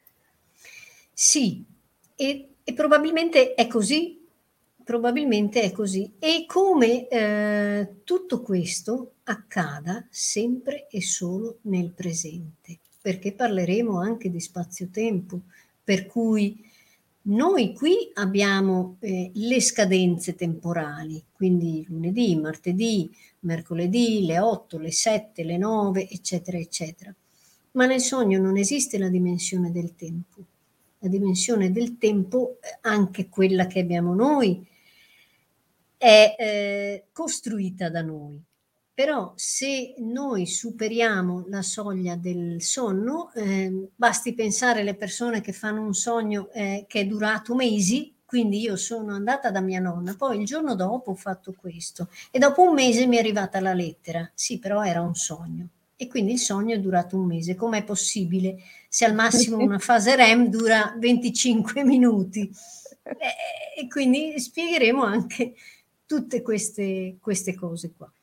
Sì, e, e probabilmente è così, probabilmente è così. E come eh, tutto questo accada sempre e solo nel presente, perché parleremo anche di spazio-tempo, per cui noi qui abbiamo eh, le scadenze temporali, quindi lunedì, martedì, mercoledì, le otto, le sette, le nove, eccetera, eccetera. Ma nel sogno non esiste la dimensione del tempo. La dimensione del tempo, eh, anche quella che abbiamo noi, è eh, costruita da noi. Però se noi superiamo la soglia del sonno, eh, basti pensare alle persone che fanno un sogno eh, che è durato mesi, quindi io sono andata da mia nonna, poi il giorno dopo ho fatto questo e dopo un mese mi è arrivata la lettera. Sì, però era un sogno. E quindi il sogno è durato un mese. Com'è possibile se al massimo una fase REM dura venticinque minuti? E quindi spiegheremo anche tutte queste, queste cose qua.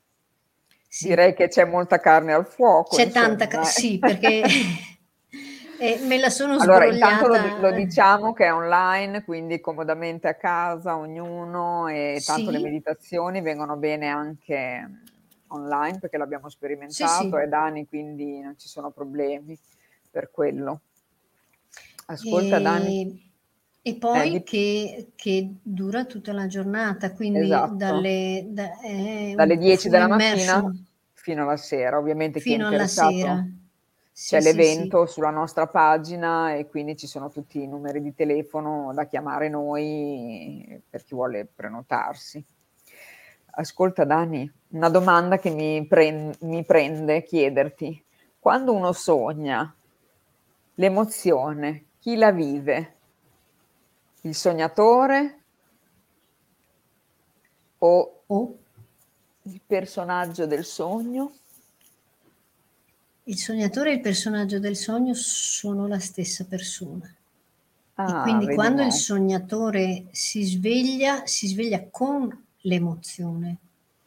Sì. Direi che c'è molta carne al fuoco, C'è tanta, insomma. eh. sì, perché eh, me la sono Allora, intanto lo, lo sbrogliata. diciamo che è online, quindi comodamente a casa, ognuno, e tanto le Sì, meditazioni vengono bene anche online perché l'abbiamo sì, sperimentato, sì. è da anni, quindi non ci sono problemi per quello. Ascolta, Dani, E, e eh, poi di- che, che dura tutta la giornata, quindi esatto, dalle, da- è dalle un dieci full della mattina immersion fino alla sera. Ovviamente chi è fino alla sera. interessato c'è Sì, sì, sì. l'evento sulla nostra pagina e quindi ci sono tutti i numeri di telefono da chiamare noi per chi vuole prenotarsi. Ascolta Dani, una domanda che mi, pre- mi prende chiederti, quando uno sogna, l'emozione, chi la vive? Il sognatore o Oh, il personaggio del sogno? il sognatore e il personaggio del sogno sono la stessa persona. E Ah, quindi vedi quando il mo'. sognatore si sveglia, si sveglia con l'emozione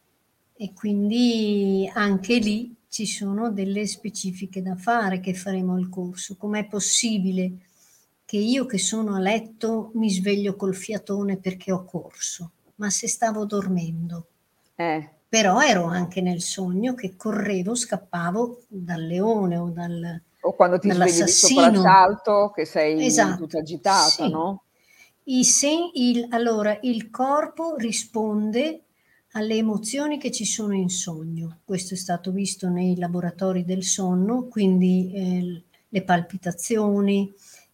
e quindi anche lì ci sono delle specifiche da fare che faremo al corso. Com'è possibile che io che sono a letto mi sveglio col fiatone perché ho corso? Ma se stavo dormendo? Eh, Però ero anche nel sogno che correvo, scappavo dal leone o dal, o quando ti svegli di dall'assassino. soprassalto che sei Esatto, tutta agitata, sì. no? I sen- il, allora, il corpo risponde alle emozioni che ci sono in sogno. Questo è stato visto nei laboratori del sonno, quindi eh, le palpitazioni,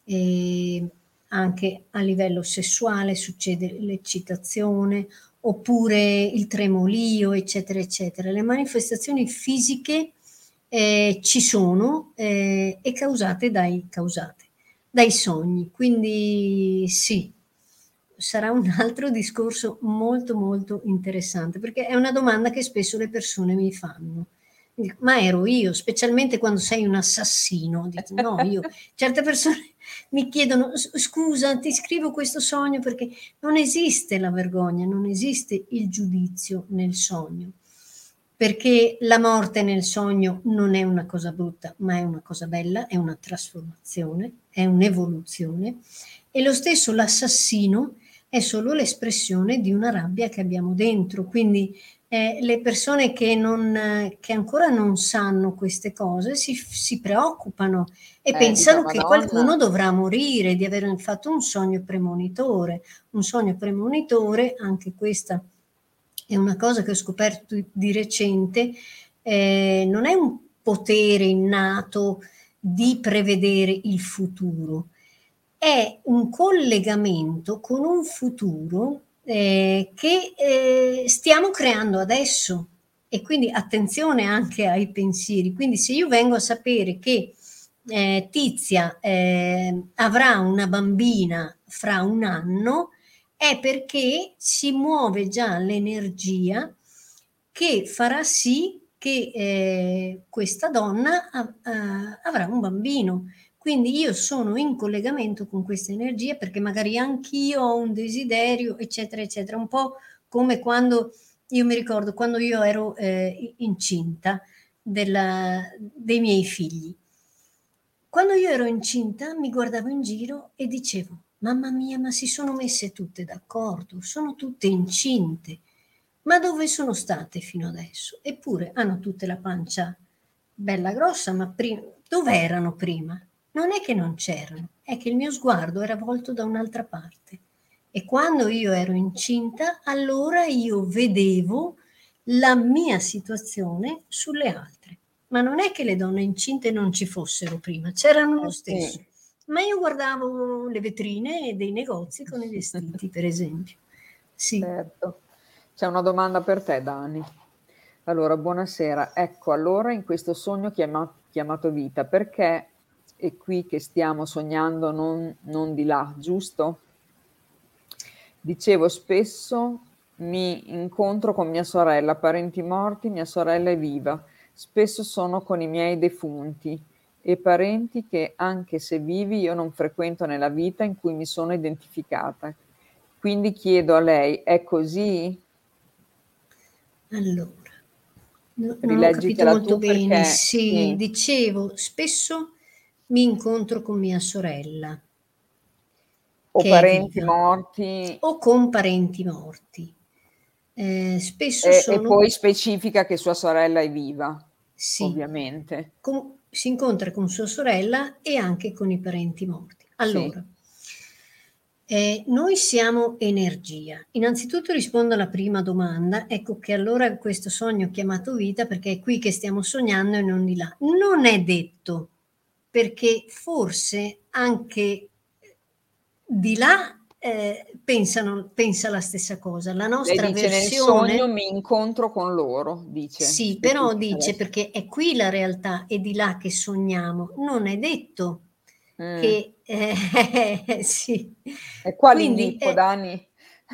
eh, anche a livello sessuale succede l'eccitazione, oppure il tremolio, eccetera, eccetera. Le manifestazioni fisiche eh, ci sono eh, e causate dai, causate dai sogni. Quindi sì, sarà un altro discorso molto molto interessante, perché è una domanda che spesso le persone mi fanno. Ma ero io, specialmente quando sei un assassino. Dico, no, io. Certe persone mi chiedono, scusa, ti scrivo questo sogno perché non esiste la vergogna, non esiste il giudizio nel sogno, perché la morte nel sogno non è una cosa brutta, ma è una cosa bella, è una trasformazione, è un'evoluzione, e lo stesso l'assassino è solo l'espressione di una rabbia che abbiamo dentro, quindi eh, le persone che, non, che ancora non sanno queste cose si, si preoccupano e Eh, dico, pensano che qualcuno Madonna, dovrà morire, di aver fatto un sogno premonitore. Un sogno premonitore, anche questa è una cosa che ho scoperto di recente, eh, non è un potere innato di prevedere il futuro, è un collegamento con un futuro eh, che eh, stiamo creando adesso. E quindi attenzione anche ai pensieri. Quindi se io vengo a sapere che eh, Tizia eh, avrà una bambina fra un anno, è perché si muove già l'energia che farà sì che eh, questa donna a, a, avrà un bambino. Quindi io sono in collegamento con questa energia perché magari anch'io ho un desiderio, eccetera, eccetera. Un po' come quando, io mi ricordo, quando io ero eh, incinta della, dei miei figli. Quando io ero incinta mi guardavo in giro e dicevo, mamma mia, ma si sono messe tutte d'accordo, sono tutte incinte. Ma dove sono state fino adesso? Eppure hanno tutte la pancia bella grossa, ma prima, dove erano prima? Non è che non c'erano, è che il mio sguardo era volto da un'altra parte. E quando io ero incinta, allora io vedevo la mia situazione sulle altre. Ma non è che le donne incinte non ci fossero prima, c'erano lo Eh, stesso. sì. Ma io guardavo le vetrine dei negozi con i vestiti, per esempio. Sì. Certo. C'è una domanda per te, Dani. Allora, buonasera. Ecco, allora in questo sogno chiama- chiamato vita, perché è qui che stiamo sognando, non, non di là, giusto? Dicevo, spesso mi incontro con mia sorella, parenti morti, mia sorella è viva. Spesso sono con i miei defunti e parenti che, anche se vivi, io non frequento nella vita in cui mi sono identificata. Quindi chiedo a lei, è così? Allora, no- non ho capito Rileggitela molto tu bene. perché Sì, sì, dicevo, spesso mi incontro con mia sorella, o che è parenti viva, morti o con parenti morti. Eh, spesso e, e sono, poi specifica che sua sorella è viva, sì, ovviamente. con- si incontra con sua sorella e anche con i parenti morti. Sì, Allora, eh, noi siamo energia. Innanzitutto rispondo alla prima domanda, ecco che allora questo sogno chiamato vita perché è qui che stiamo sognando e non di là. Non è detto, perché forse anche di là eh, pensano, pensa la stessa cosa. La lei nostra dice nel sogno versione, mi incontro con loro, dice, sì, però specifica dice adesso. perché è qui la realtà e di là che sogniamo. Non è detto Mm. che eh, sì. E qua Quindi l'inghippo, è, Dani?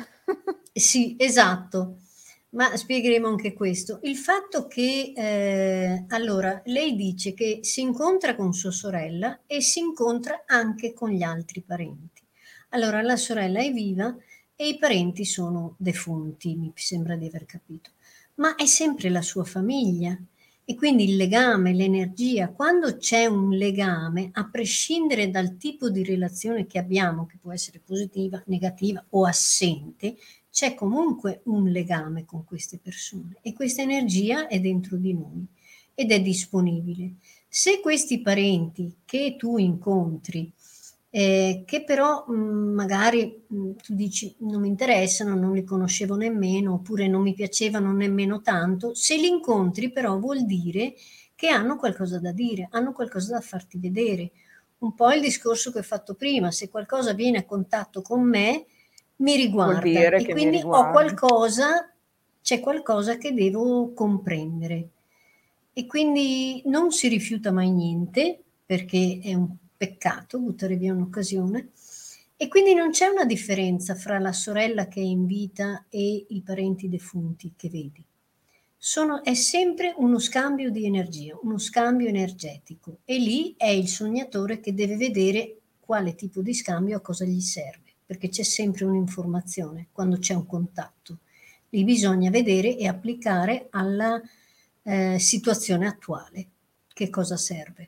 sì, esatto, ma spiegheremo anche questo. Il fatto che, eh, allora, lei dice che si incontra con sua sorella e si incontra anche con gli altri parenti. Allora, la sorella è viva e i parenti sono defunti, mi sembra di aver capito, ma è sempre la sua famiglia. E quindi il legame, l'energia, quando c'è un legame, a prescindere dal tipo di relazione che abbiamo, che può essere positiva, negativa o assente, c'è comunque un legame con queste persone e questa energia è dentro di noi ed è disponibile. Se questi parenti che tu incontri, eh, che però mh, magari mh, tu dici non mi interessano, non li conoscevo nemmeno, oppure non mi piacevano nemmeno tanto, se li incontri però vuol dire che hanno qualcosa da dire, hanno qualcosa da farti vedere. Un po' il discorso che ho fatto prima, se qualcosa viene a contatto con me, mi Vuol riguarda dire e che mi quindi ho riguardi. qualcosa, c'è qualcosa che devo comprendere. E quindi non si rifiuta mai niente, perché è un peccato buttare via un'occasione. E quindi non c'è una differenza fra la sorella che è in vita e i parenti defunti che vedi. Sono, è sempre uno scambio di energia, uno scambio energetico. E lì è il sognatore che deve vedere quale tipo di scambio a cosa gli serve, perché c'è sempre un'informazione quando c'è un contatto. Lì bisogna vedere e applicare alla eh, situazione attuale che cosa serve.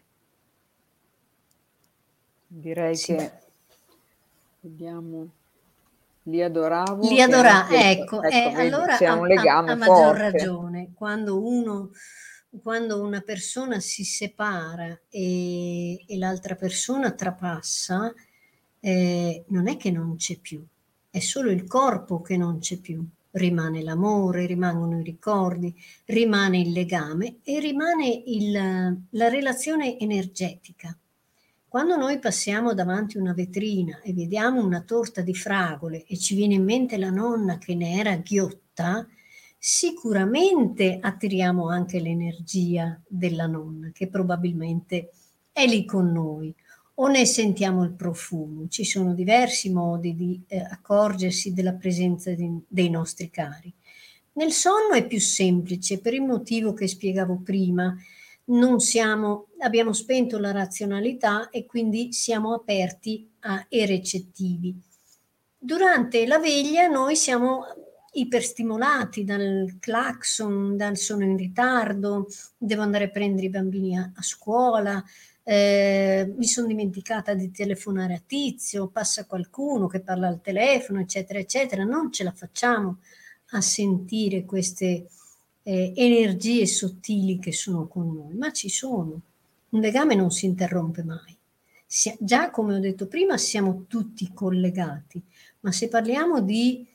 Direi Sì. che vediamo. Li adoravo Li e adora, anche, ecco, ecco, eh, vedi, allora c'è ha, un ha- ha legame maggior forte. ragione. Quando uno, quando una persona si separa e, e l'altra persona trapassa, eh, non è che non c'è più, è solo il corpo che non c'è più, rimane l'amore, rimangono i ricordi, rimane il legame e rimane il, la relazione energetica. Quando noi passiamo davanti a una vetrina e vediamo una torta di fragole e ci viene in mente la nonna che ne era ghiotta, sicuramente attiriamo anche l'energia della nonna, che probabilmente è lì con noi, o ne sentiamo il profumo. Ci sono diversi modi di eh, accorgersi della presenza di, dei nostri cari. Nel sonno è più semplice per il motivo che spiegavo prima. Non siamo, abbiamo spento la razionalità e quindi siamo aperti a, e recettivi. Durante la veglia noi siamo iperstimolati dal clacson, dal sono in ritardo, devo andare a prendere i bambini a, a scuola, eh, mi sono dimenticata di telefonare a Tizio, passa qualcuno che parla al telefono, eccetera, eccetera. Non ce la facciamo a sentire queste eh, energie sottili che sono con noi, ma ci sono. Un legame non si interrompe mai. Si, già come ho detto prima siamo tutti collegati, ma se parliamo di,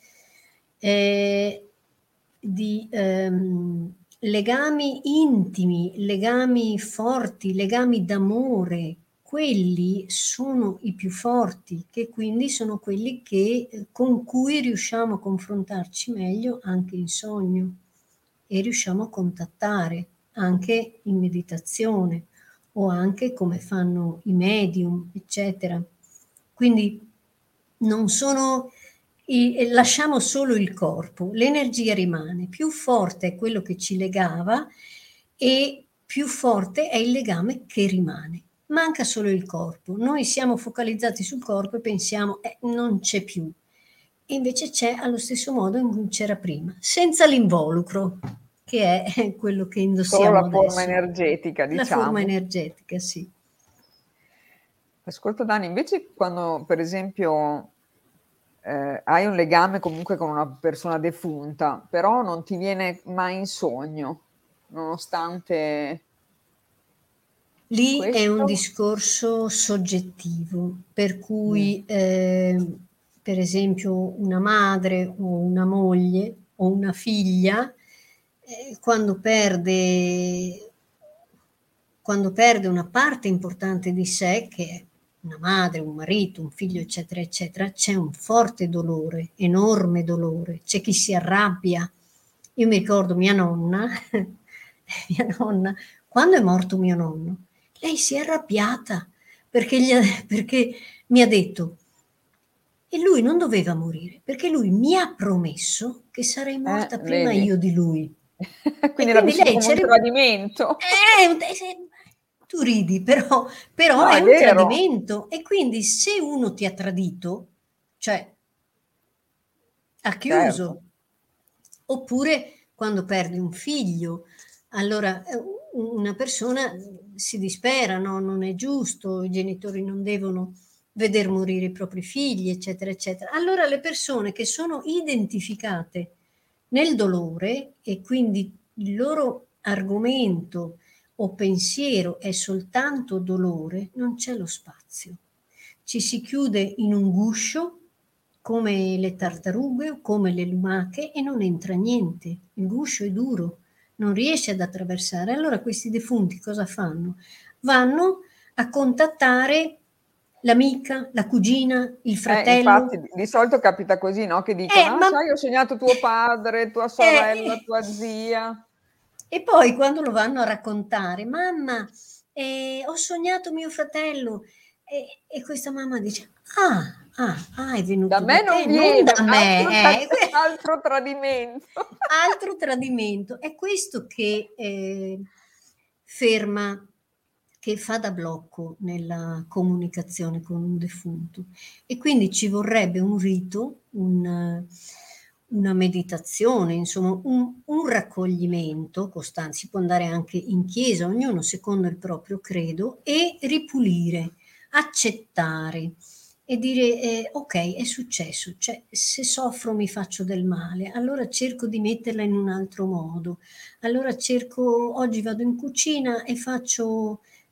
eh, di ehm, legami intimi, legami forti, legami d'amore, quelli sono i più forti, che quindi sono quelli che, con cui riusciamo a confrontarci meglio anche in sogno e riusciamo a contattare anche in meditazione o anche come fanno i medium, eccetera. Quindi non sono, lasciamo solo il corpo, l'energia rimane, più forte è quello che ci legava e più forte è il legame che rimane. Manca solo il corpo, noi siamo focalizzati sul corpo e pensiamo eh, non c'è più, e invece c'è allo stesso modo in cui c'era prima, senza l'involucro, che è quello che Solo indossiamo la forma adesso. energetica, La forma diciamo. energetica, sì. Ascolta Dani, invece quando per esempio eh, hai un legame comunque con una persona defunta, però non ti viene mai in sogno, nonostante Lì è un questo? discorso soggettivo, per Mm. cui eh, per esempio una madre o una moglie o una figlia eh, quando perde quando perde una parte importante di sé, che è una madre, un marito, un figlio, eccetera, eccetera, c'è un forte dolore, enorme dolore, c'è chi si arrabbia. Io mi ricordo mia nonna, mia nonna, quando è morto mio nonno, lei si è arrabbiata perché, gli ha, perché mi ha detto, e lui non doveva morire, perché lui mi ha promesso che sarei Eh, morta prima vedi? io di lui. E Quindi l'ha quindi vissuto lei come c'è un rim- tradimento. eh, tu ridi, però, però No, è è un vero. tradimento. E quindi se uno ti ha tradito, cioè ha Certo. chiuso. Oppure quando perdi un figlio, allora eh, una persona si dispera, no? Non è giusto, i genitori non devono veder morire i propri figli, eccetera, eccetera. Allora le persone che sono identificate nel dolore e quindi il loro argomento o pensiero è soltanto dolore, non c'è lo spazio. Ci si chiude in un guscio come le tartarughe o come le lumache e non entra niente. Il guscio è duro, non riesce ad attraversare. Allora questi defunti cosa fanno? Vanno a contattare l'amica, la cugina, il Eh, fratello. infatti, di di solito capita così, no? Che dicono, Eh, ah, ma sai, ho sognato tuo padre, tua eh, sorella, eh. tua zia. E poi quando lo vanno a raccontare, mamma, eh, ho sognato mio fratello, e, e questa mamma dice, ah, ah, ah, è Da venuto me da non te, non viene, da altro, me. tra- eh. Que- altro tradimento. Altro tradimento. È questo che eh, ferma, che fa da blocco nella comunicazione con un defunto. E quindi ci vorrebbe un rito, un, una meditazione, insomma, un, un raccoglimento costante. Si può andare anche in chiesa, ognuno secondo il proprio credo, e ripulire, accettare e dire eh, ok, è successo, cioè se soffro mi faccio del male, allora cerco di metterla in un altro modo, allora cerco, oggi vado in cucina e faccio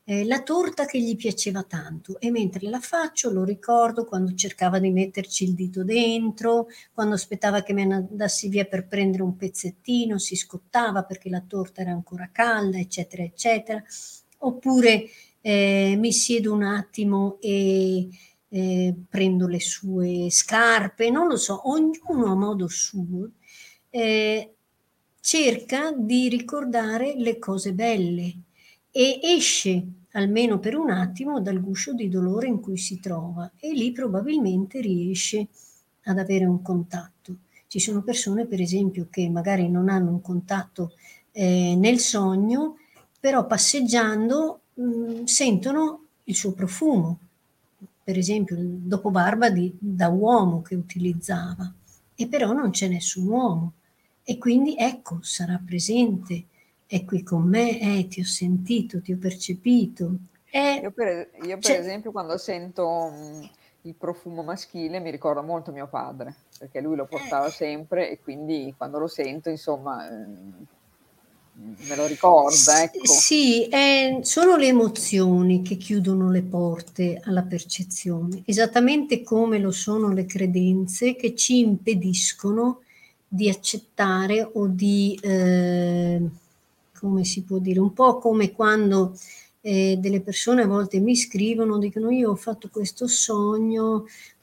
eh, la torta che gli piaceva tanto, e mentre la faccio lo ricordo quando cercava di metterci il dito dentro, quando aspettava che me ne andassi via per prendere un pezzettino, si scottava perché la torta era ancora calda, eccetera, eccetera. Oppure eh, mi siedo un attimo e eh, prendo le sue scarpe, non lo so, ognuno a modo suo eh, cerca di ricordare le cose belle e esce almeno per un attimo dal guscio di dolore in cui si trova, e lì probabilmente riesce ad avere un contatto. Ci sono persone, per esempio, che magari non hanno un contatto eh, nel sogno, però passeggiando mh, sentono il suo profumo, per esempio il dopobarba di, da uomo che utilizzava, e però non c'è nessun uomo, e quindi ecco, sarà presente, è qui con me, eh, ti ho sentito, ti ho percepito. È, Io per, io per cioè, esempio quando sento mh, il profumo maschile mi ricorda molto mio padre, perché lui lo portava sempre e quindi quando lo sento, insomma, ehm, me lo ricorda, S- ecco. Sì, è- sono le emozioni che chiudono le porte alla percezione, esattamente come lo sono le credenze che ci impediscono di accettare o di, eh, come si può dire, un po' come quando eh, delle persone a volte mi scrivono, dicono io ho fatto questo sogno,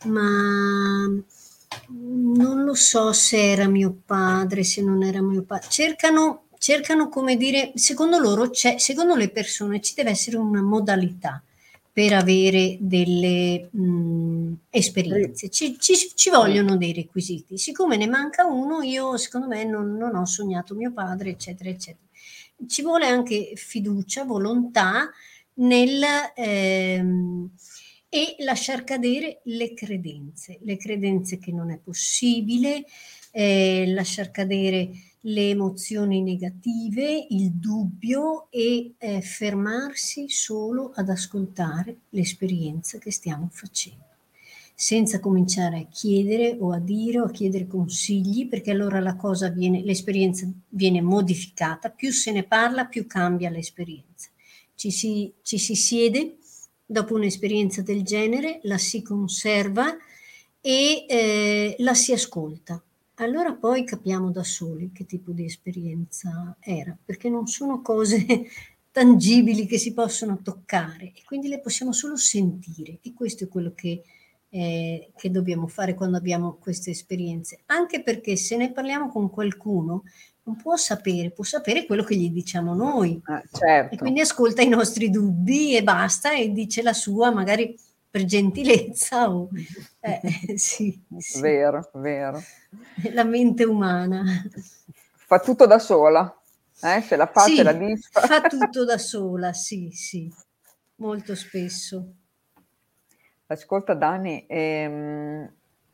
ma non lo so se era mio padre, se non era mio padre. Cercano, cercano come dire, secondo loro, c'è, secondo le persone ci deve essere una modalità per avere delle mh, Ri- esperienze. Ci, ci, ci mm. vogliono dei requisiti. Siccome ne manca uno, io secondo me non, non ho sognato mio padre, eccetera, eccetera. Ci vuole anche fiducia, volontà nel ehm, e lasciar cadere le credenze, le credenze che non è possibile, eh, lasciar cadere le emozioni negative, il dubbio, e eh, fermarsi solo ad ascoltare l'esperienza che stiamo facendo, senza cominciare a chiedere o a dire o a chiedere consigli, perché allora la cosa viene, l'esperienza viene modificata, più se ne parla, più cambia l'esperienza. Ci si, ci si siede dopo un'esperienza del genere, la si conserva e eh, la si ascolta. Allora poi capiamo da soli che tipo di esperienza era, perché non sono cose tangibili che si possono toccare, e quindi le possiamo solo sentire, e questo è quello che, eh, che dobbiamo fare quando abbiamo queste esperienze, anche perché se ne parliamo con qualcuno non può sapere, può sapere quello che gli diciamo noi, Eh, e certo, quindi ascolta i nostri dubbi e basta, e dice la sua magari per gentilezza o eh, sì, sì, vero, vero. la mente umana. Fa tutto da sola, eh? Se la fa, te la Sì, disfa. fa tutto da sola, sì, sì, molto spesso. Ascolta Dani, ehm,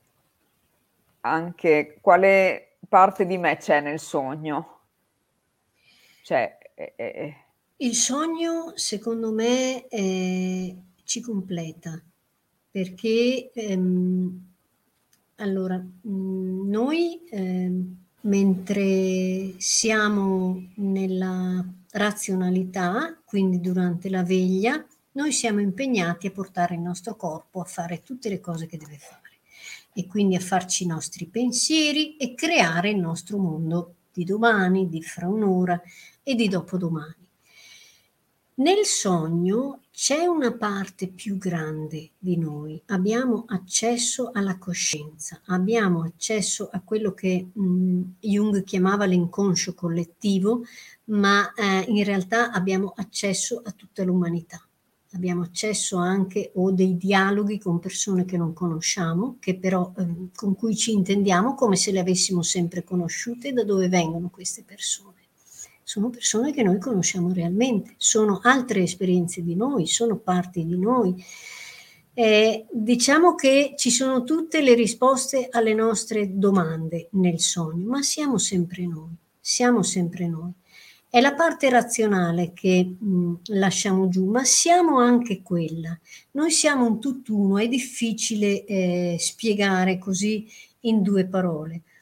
anche quale parte di me c'è nel sogno? Cioè, eh, eh, Il sogno, secondo me, eh, ci completa, perché ehm, allora, mh, noi ehm, mentre siamo nella razionalità, quindi durante la veglia, noi siamo impegnati a portare il nostro corpo a fare tutte le cose che deve fare, e quindi a farci i nostri pensieri e creare il nostro mondo di domani, di fra un'ora e di dopodomani. Nel sogno c'è una parte più grande di noi, abbiamo accesso alla coscienza, abbiamo accesso a quello che mh, Jung chiamava l'inconscio collettivo, ma eh, in realtà abbiamo accesso a tutta l'umanità. Abbiamo accesso anche o dei dialoghi con persone che non conosciamo, che però eh, con cui ci intendiamo come se le avessimo sempre conosciute. Da dove vengono queste persone? Sono persone che noi conosciamo realmente, sono altre esperienze di noi, sono parti di noi. Eh, diciamo che ci sono tutte le risposte alle nostre domande nel sogno, ma siamo sempre noi, siamo sempre noi. È la parte razionale che mh, lasciamo giù, ma siamo anche quella. Noi siamo un tutt'uno, è difficile eh, spiegare così in due parole.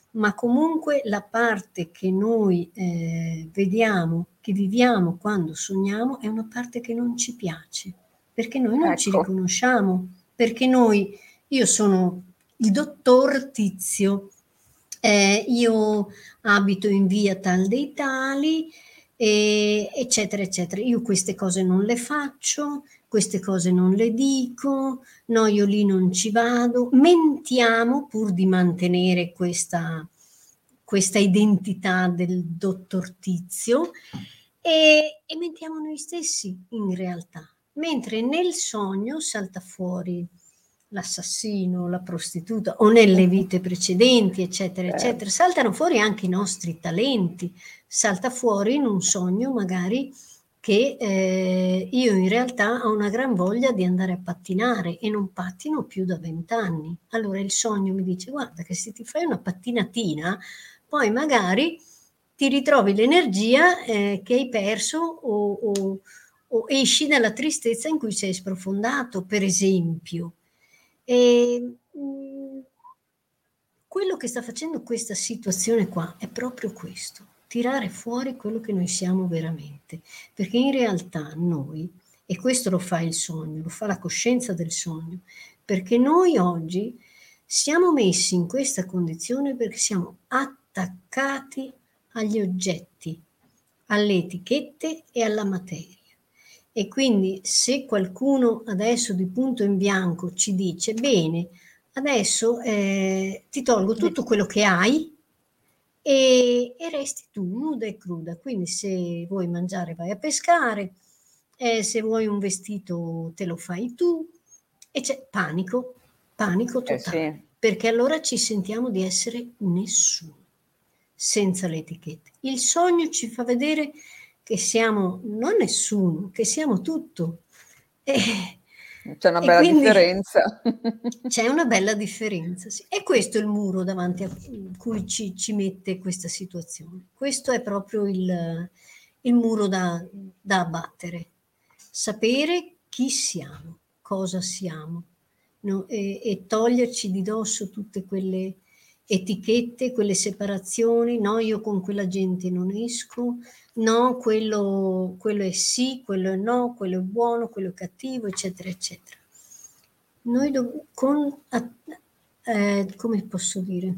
ma comunque la parte che noi eh, vediamo, che viviamo quando sogniamo, è una parte che non ci piace, perché noi non ci Ecco. riconosciamo, perché noi, io sono il dottor Tizio, eh, io abito in via tal dei tali, e, eccetera, eccetera. Io queste cose non le faccio, queste cose non le dico, no, io lì non ci vado. Mentiamo pur di mantenere questa, questa identità del dottor Tizio e, e mentiamo noi stessi in realtà. Mentre nel sogno salta fuori l'assassino, la prostituta o nelle vite precedenti, eccetera, Certo. eccetera. Saltano fuori anche i nostri talenti, salta fuori in un sogno magari che eh, io in realtà ho una gran voglia di andare a pattinare e non pattino più da vent'anni. Allora il sogno mi dice guarda che se ti fai una pattinatina poi magari ti ritrovi l'energia eh, che hai perso o, o, o esci dalla tristezza in cui sei sprofondato, per esempio. E, mh, quello che sta facendo questa situazione qua è proprio questo, tirare fuori quello che noi siamo veramente, perché in realtà noi, e questo lo fa il sogno, lo fa la coscienza del sogno, perché noi oggi siamo messi in questa condizione perché siamo attaccati agli oggetti, alle etichette e alla materia. E quindi se qualcuno adesso di punto in bianco ci dice bene, adesso eh, ti tolgo tutto quello che hai e, e resti tu nuda e cruda. Quindi se vuoi mangiare vai a pescare, eh, se vuoi un vestito te lo fai tu e c'è panico, panico Eh totale, sì. perché allora ci sentiamo di essere nessuno, senza le etichette. Il sogno ci fa vedere che siamo non nessuno, che siamo tutto. E, C'è una e bella quindi differenza. c'è una bella differenza, sì. E questo è il muro davanti a cui ci, ci mette questa situazione. Questo è proprio il, il muro da, da abbattere. Sapere chi siamo, cosa siamo, no? e, e toglierci di dosso tutte quelle etichette, quelle separazioni. No, io con quella gente non esco, no, quello, quello è sì, quello è no, quello è buono, quello è cattivo, eccetera, eccetera. Noi do- con, eh, come posso dire?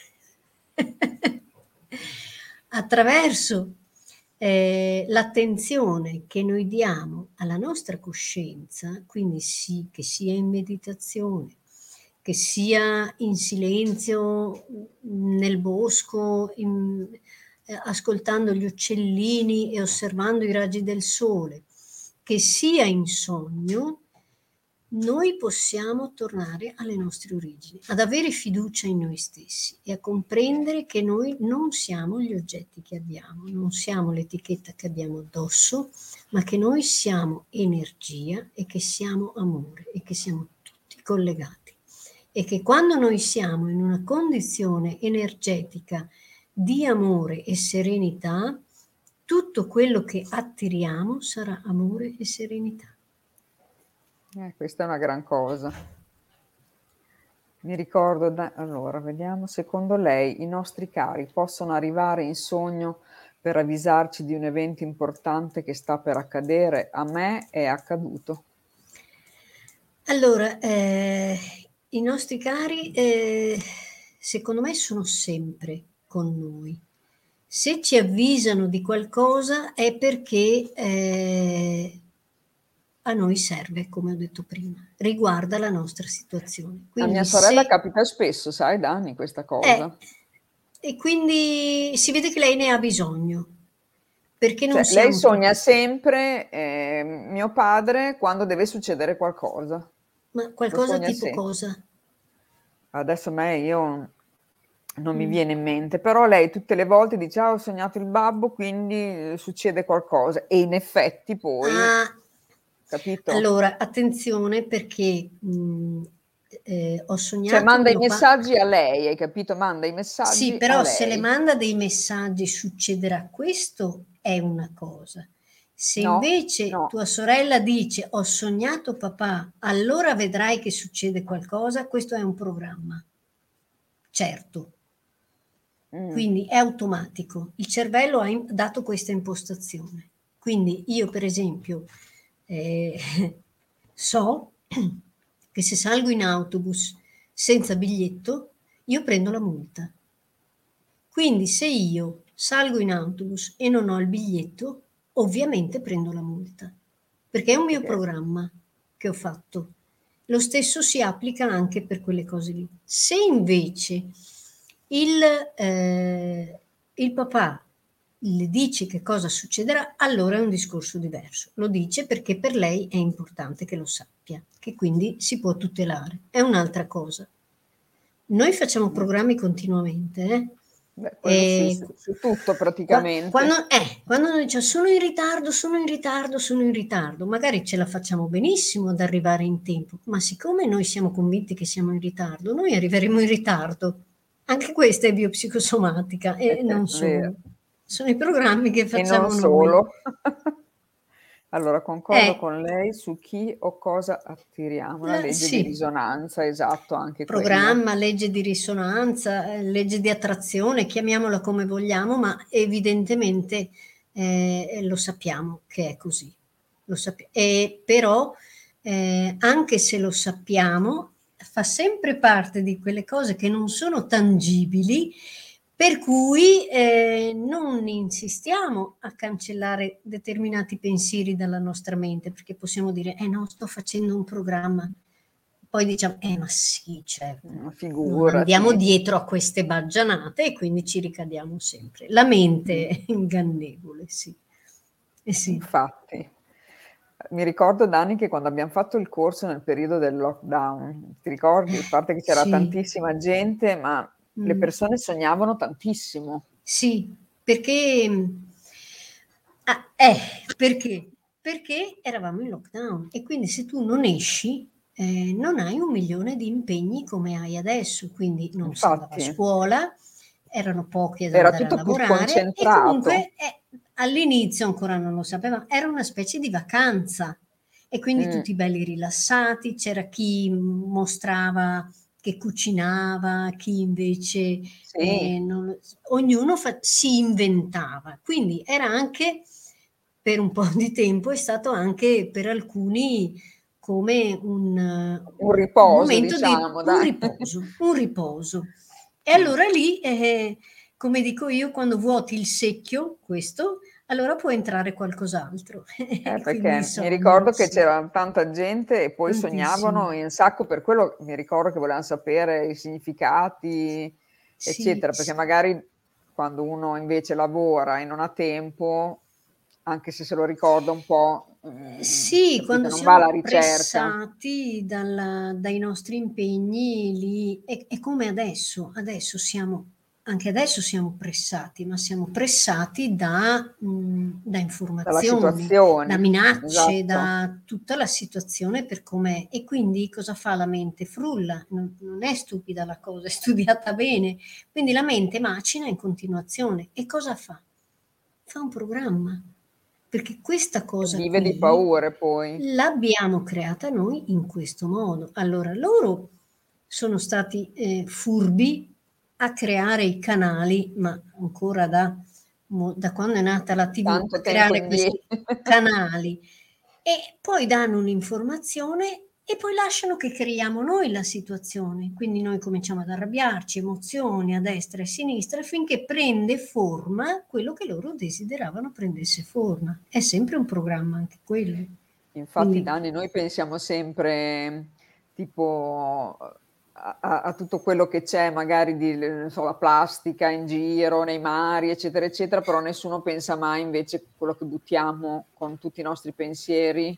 Attraverso eh, l'attenzione che noi diamo alla nostra coscienza, quindi sì, che sia in meditazione, che sia in silenzio nel bosco, in, eh, ascoltando gli uccellini e osservando i raggi del sole, che sia in sogno, noi possiamo tornare alle nostre origini, ad avere fiducia in noi stessi e a comprendere che noi non siamo gli oggetti che abbiamo, non siamo l'etichetta che abbiamo addosso, ma che noi siamo energia e che siamo amore e che siamo tutti collegati. E che quando noi siamo in una condizione energetica di amore e serenità, tutto quello che attiriamo sarà amore e serenità. Eh, questa è una gran cosa. Mi ricordo, da... allora, vediamo, secondo lei i nostri cari possono arrivare in sogno per avvisarci di un evento importante che sta per accadere? A me è accaduto. Allora, eh, i nostri cari, eh, secondo me, sono sempre con noi. Se ci avvisano di qualcosa è perché eh, a noi serve, come ho detto prima, riguarda la nostra situazione. A mia Quindi sorella se capita spesso, sai, da anni questa è, cosa. e quindi si vede che lei ne ha bisogno, perché non Cioè, lei siamo sogna tutti. sempre eh, mio padre quando deve succedere qualcosa. Ma Lo qualcosa sogna tipo sempre. cosa? Adesso a me io non mi Mm. viene in mente, però lei tutte le volte dice ah, ho sognato il babbo, quindi eh, succede qualcosa e in effetti poi, Ah, capito? allora, attenzione perché mh, eh, ho Cioè sognato manda i mio padre. messaggi a lei, hai capito? Manda i Sì, messaggi a però se le lei. manda dei messaggi succederà questo è una cosa. Se No, invece no. tua sorella dice ho sognato papà, allora vedrai che succede qualcosa, questo è un programma. Certo. Mh. Quindi è automatico. Il cervello ha im dato questa impostazione. Quindi io per esempio, ehm, so che se salgo in autobus senza biglietto, io prendo la multa. Quindi se io salgo in autobus e non ho il biglietto, ovviamente prendo la multa, perché è un mio Perché programma che ho fatto. Lo stesso si applica anche per quelle cose lì. Se invece il, eh, il papà le dice che cosa succederà, allora è un discorso diverso. Lo dice perché per lei è importante che lo sappia, che quindi si può tutelare. È un'altra cosa. Noi facciamo mh, programmi continuamente, eh? beh, quello sì, E su su tutto qua- quando, praticamente. eh, quando noi diciamo sono in ritardo, sono in ritardo, sono in ritardo, magari ce la facciamo benissimo ad arrivare in tempo, ma siccome noi siamo convinti che siamo in ritardo, noi arriveremo in ritardo. Anche questa è biopsicosomatica e non Vero. solo. Sono i programmi che E non facciamo noi. solo. Allora, concordo Eh, con lei su chi o cosa attiriamo, la la- legge di sì. risonanza, esatto, anche quella. Programma, legge di risonanza, eh, legge di attrazione, chiamiamola come vogliamo, ma evidentemente eh, lo sappiamo che è così. Lo sappi- e però eh, anche se lo sappiamo, fa sempre parte di quelle cose che non sono tangibili, per cui eh, non insistiamo a cancellare determinati pensieri dalla nostra mente, perché possiamo dire, eh no, sto facendo un programma. Poi diciamo, eh ma sì, certo, Mh, non andiamo figurati. dietro a queste baggianate e quindi ci ricadiamo sempre. La Mh. mente è ingannevole, sì. Eh sì, Infatti. Mi ricordo, Dani, che quando abbiam fatto il corso nel periodo del lockdown, ti ricordi? A parte che c'era sì. tantissima gente, ma le Mm. persone sognavano tantissimo. Sì, perché ah, eh, perché? Perché eravamo in lockdown e quindi se tu non esci, eh, non hai un milione di impegni come hai adesso, quindi non si andava a Infatti, scuola, erano pochi ad era andare a tutto più lavorare e concentrato. comunque eh, all'inizio ancora non lo sapevamo, era una specie di vacanza e quindi Mh, tutti belli rilassati, c'era chi mostrava che cucinava, chi invece sì, eh, non- ognuno fa- si inventava. Quindi era anche per un po' di tempo, è stato anche per alcuni come un, un un- un riposo momento di diciamo, un dai. riposo, un riposo. E Mh. allora lì, eh, come dico io, quando vuoti il secchio, questo, allora può entrare qualcos'altro. Eh, E quindi i perché mi sogni, ricordo che sì, c'era tanta gente e poi tantissimo. sognavano in sacco, per quello mi ricordo che volevan sapere i significati, Sì, eccetera, perché sì. magari quando uno invece lavora e non ha tempo, anche se se lo ricorda un po', mhmm, Sì, capito, quando non va alla siamo ricerca. pressati dal dai nostri impegni lì è è come adesso, adesso siamo anche adesso siamo pressati, ma siamo pressati da mhmm, da Dalla informazioni, da situazione, minacce, esatto. da tutta la situazione per com'è. E quindi cosa fa la mente? Frulla, non non è stupida la cosa, è studiata bene. Quindi la mente macina in continuazione. E cosa fa? Fa un programma, perché questa E cosa vive di qui paure poi. l'abbiamo creata noi in questo modo. Allora, loro sono stati eh, furbi a creare i canali, ma ancora da, mo- da quando è nata la T V, a Tanto tempo creare indie questi canali e poi danno un'informazione e poi lasciano che creiamo noi la situazione. Quindi noi cominciamo ad arrabbiarci, emozioni a destra e a sinistra, finché prende forma quello che loro desideravano prendesse forma. È sempre un programma anche quello. Infatti, Quindi Dani, noi pensiamo sempre tipo a, a- a tutto quello che c'è, magari di non so, la plastica in giro, nei mari, eccetera, eccetera, però nessuno pensa mai invece a quello che buttiamo con tutti i nostri pensieri.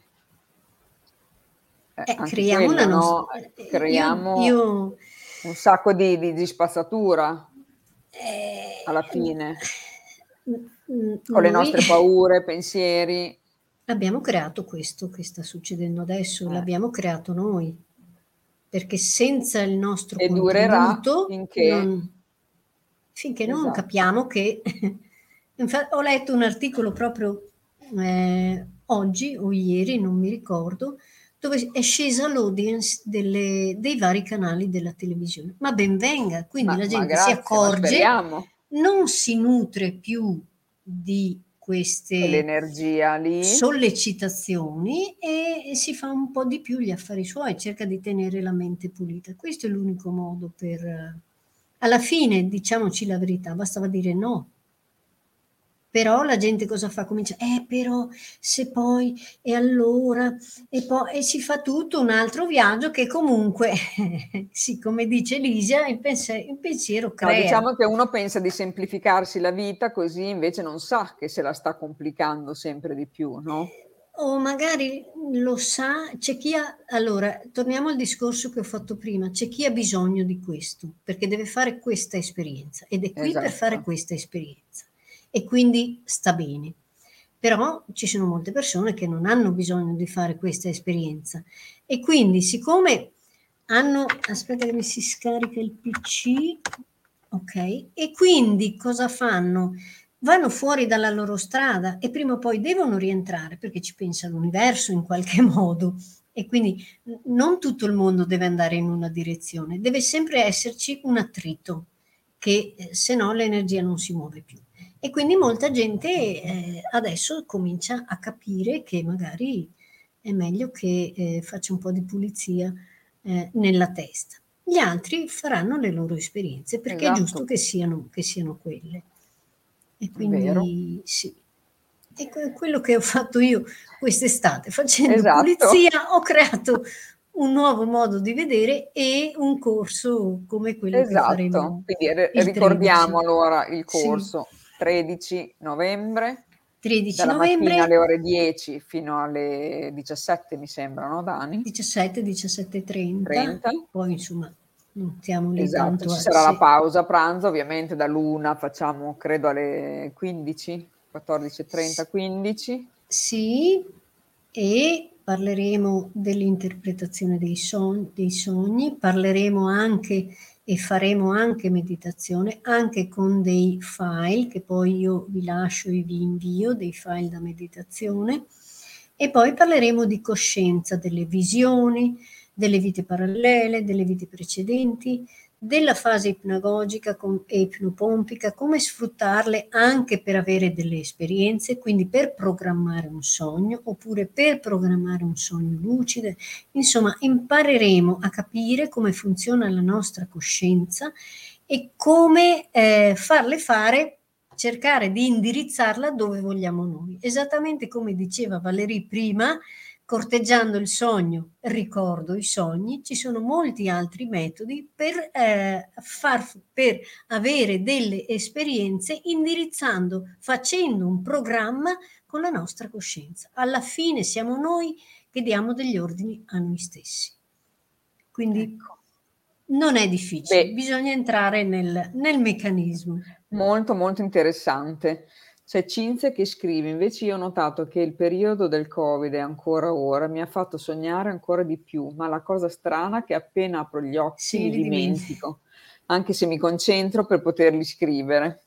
Eh, eh, anche creiamo la quello, nostra... no? Io, Creiamo io un sacco di, di, di spazzatura alla eh, fine, con le noi nostre paure, pensieri. abbiamo creato questo che sta succedendo adesso, Eh, l'abbiamo creato noi, perché senza il nostro e durerà contributo finché, non, finché non esatto, capiamo che... Infatti, ho letto un articolo proprio eh, oggi o ieri, non mi ricordo, dove è scesa l'audience delle- dei vari canali della televisione. Ma ben venga, quindi ma, la ma gente si grazie, ma accorge, speriamo. non si nutre più di queste Quell'energia lì. sollecitazioni e si fa un po' di più gli affari suoi, cerca di tenere la mente pulita. Questo è l'unico modo per... Alla fine, diciamoci la verità, bastava dire no. Però la gente cosa fa? Comincia, eh però, se poi, e allora, e poi, e si fa tutto un altro viaggio che comunque, sì, come dice Elisa, il pensiero, il pensiero No, crea. diciamo che uno pensa di semplificarsi la vita, così invece non sa che se la sta complicando sempre di più, no? O magari lo sa, c'è chi ha, allora, torniamo al discorso che ho fatto prima, c'è chi ha bisogno di questo, perché deve fare questa esperienza ed è qui per fare Esatto. questa esperienza e quindi sta bene. Però ci sono molte persone che non hanno bisogno di fare questa esperienza e quindi siccome hanno, aspetta che mi si scarica il P C, ok, e quindi cosa fanno? Vanno fuori dalla loro strada e prima o poi devono rientrare perché ci pensa l'universo in qualche modo e quindi non tutto il mondo deve andare in una direzione, deve sempre esserci un attrito che eh, se no l'energia non si muove più. E quindi molta gente eh, adesso comincia a capire che magari è meglio che eh, faccia un po' di pulizia eh, nella testa. Gli altri faranno le loro esperienze perché è giusto Esatto, che siano, che siano quelle. E vero. quindi sì, è quello che ho fatto io quest'estate, facendo Esatto. pulizia, ho creato un nuovo modo di vedere e un corso come quello che Esatto, faremo quindi r- il ricordiamo tredici. allora il Sì, corso tredici novembre, tredici dalla mattina alle novembre, ore dieci fino alle diciassette, mi sembra, no Dani? diciassette, diciassette e trenta, trenta. poi insomma non stiamo lì Esatto, tanto ci a... sarà la Sì, pausa pranzo, ovviamente da l'una facciamo, credo, alle quindici, quattordici e trenta, quindici. sì, e parleremo dell'interpretazione dei sogni, dei sogni, parleremo anche e faremo anche meditazione, anche con dei file che poi io vi lascio e vi invio, dei file da meditazione, e poi parleremo di coscienza, delle visioni, delle vite parallele, delle vite precedenti, della fase ipnagogica e ipnopompica, come sfruttarle anche per avere delle esperienze, quindi per programmare un sogno oppure per programmare un sogno lucido. Insomma, impareremo a capire come funziona la nostra coscienza e come eh, farle fare, cercare di indirizzarla dove vogliamo noi. Esattamente come diceva Valerie prima, corteggiando il sogno, ricordo i sogni, ci sono molti altri metodi per, eh, far, per avere delle esperienze indirizzando, facendo un programma con la nostra coscienza. Alla fine siamo noi che diamo degli ordini a noi stessi. Quindi Ecco. non è difficile, Beh, bisogna entrare nel, nel meccanismo. molto molto interessante. C'è Cinzia che scrive: invece io ho notato che il periodo del Covid e ancora ora mi ha fatto sognare ancora di più, ma la cosa strana è che appena apro gli occhi Sì, li li dimentichi. dimentico, anche se mi concentro per poterli scrivere.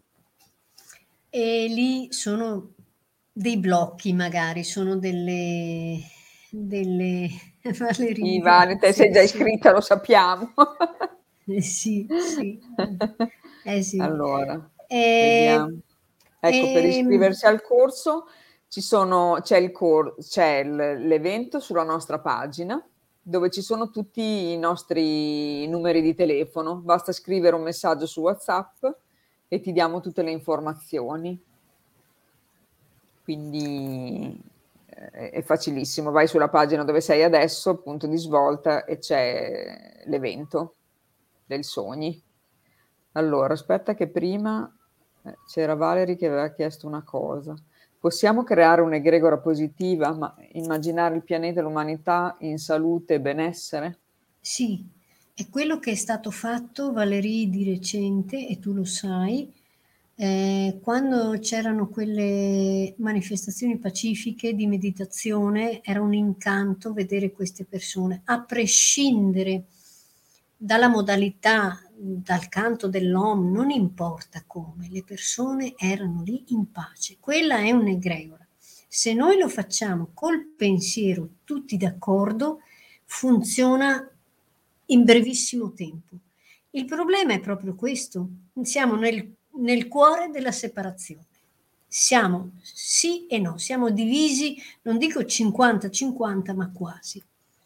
E lì sono dei blocchi magari, sono delle, delle Sì, Valerie, Vale, te sei grazie, già sì. iscritta, lo sappiamo. Eh, sì, sì, eh sì. Allora, E, vediamo. Ecco, per e, iscriversi al corso ci sono, c'è il cor- c'è il- l'evento sulla nostra pagina dove ci sono tutti i nostri numeri di telefono. Basta scrivere un messaggio su WhatsApp e ti diamo tutte le informazioni. Quindi eh, è facilissimo. Vai sulla pagina dove sei adesso, punto di svolta, e c'è l'evento del sogni. Allora, aspetta che prima eh, c'era Valerie che aveva chiesto una cosa. Possiamo creare un'egregora positiva, ma immaginare il pianeta e l'umanità in salute e benessere? sì, è quello che è stato fatto, Valerie, di recente, e tu lo sai, eh, quando c'erano quelle manifestazioni pacifiche di meditazione, era un incanto vedere queste persone, a prescindere dalla modalità, dal canto dell'Om, non importa come, le persone erano lì in pace. Quella è un'egregora. Se noi lo facciamo col pensiero, tutti d'accordo, funziona in brevissimo tempo. Il problema è proprio questo. Siamo nel, nel cuore della separazione. Siamo sì e no, siamo divisi, non dico cinquanta cinquanta, ma quasi.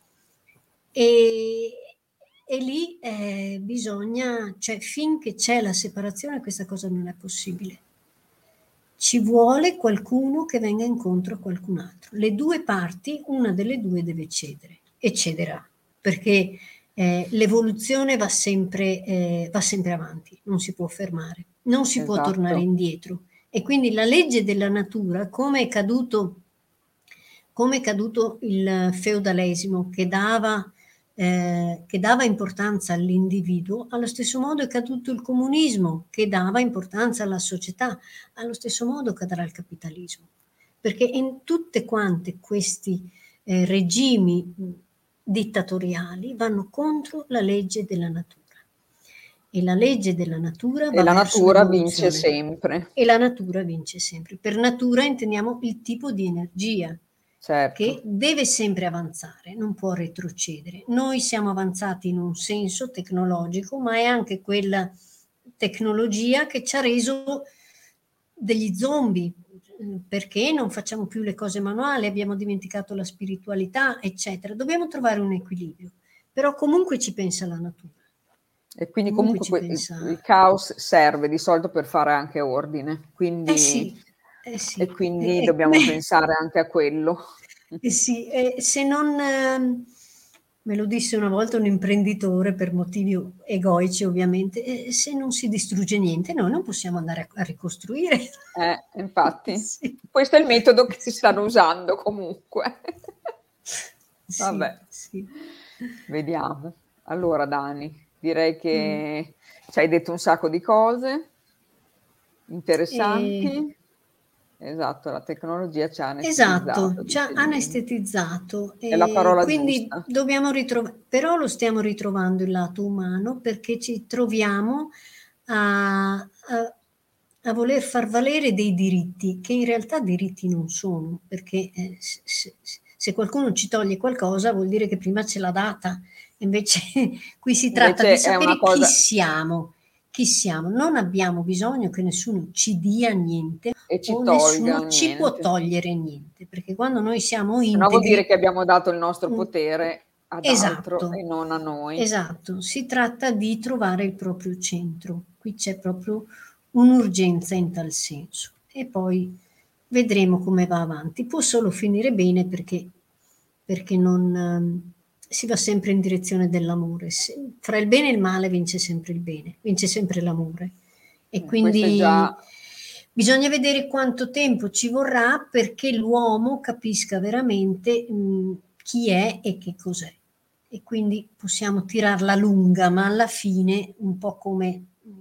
E, e lì eh, bisogna, cioè finché c'è la separazione questa cosa non è possibile. Ci vuole qualcuno che venga incontro a qualcun altro. Le due parti, una delle due deve cedere e cederà, perché eh, l'evoluzione va sempre, eh, va sempre avanti, non si può fermare, non si può tornare Esatto. indietro. E quindi la legge della natura, come è caduto, come è caduto il feudalesimo che dava, eh, che dava importanza all'individuo, allo stesso modo è caduto il comunismo che dava importanza alla società, allo stesso modo cadrà il capitalismo. Perché in tutte quante questi eh, regimi dittatoriali vanno contro la legge della natura. E la legge della natura E va la verso natura vince l'evoluzione. sempre. E la natura vince sempre. Per natura intendiamo il tipo di energia che Certo. deve sempre avanzare, non può retrocedere. Noi siamo avanzati in un senso tecnologico, ma è anche quella tecnologia che ci ha reso degli zombie, perché non facciamo più le cose manuali, abbiamo dimenticato la spiritualità, eccetera. Dobbiamo trovare un equilibrio, però comunque ci pensa la natura. E quindi Comunque comunque ci que- il, pensa. il caos serve di solito per fare anche ordine, Eh quindi, sì, eh e sì, è, quindi è dobbiamo come. pensare anche a quello. Eh sì, eh, se non, ehm, me lo disse una volta un imprenditore per motivi egoici ovviamente, eh, se non si distrugge niente noi non possiamo andare a, a ricostruire. Eh, infatti, Sì, questo è il metodo che sì, stanno usando comunque. sì, Vabbè, sì. vediamo. Allora, Dani, direi Mm. che ci hai detto un sacco di cose E- interessanti. Esatto, la tecnologia ci ha Esatto, anestetizzato, ci ha dice lui. anestetizzato È la e parola quindi giusta. dobbiamo ritrovare, però lo stiamo ritrovando il lato umano perché ci troviamo a, a- a voler far valere dei diritti che in realtà diritti non sono, perché eh, se, se- se qualcuno ci toglie qualcosa vuol dire che prima ce l'ha data, invece qui si tratta di Invece è una sapere chi cosa siamo, chi siamo, non abbiamo bisogno che nessuno ci dia niente e ci o tolga nessuno ci può niente. togliere niente, perché quando noi siamo Se no vuol dire integri, che abbiamo dato il nostro mm, potere ad altro esatto, e non a noi. esatto, si tratta di trovare il proprio centro, qui c'è proprio un'urgenza in tal senso e poi vedremo come va avanti. Può solo finire bene perché, perché non, ehm, si va sempre in direzione dell'amore. Se- fra il bene e il male vince sempre il bene, vince sempre l'amore. E Eh, Questo è già, quindi bisogna vedere quanto tempo ci vorrà perché l'uomo capisca veramente mh, chi è e che cos'è. E quindi possiamo tirarla lunga, ma alla fine, un po' come,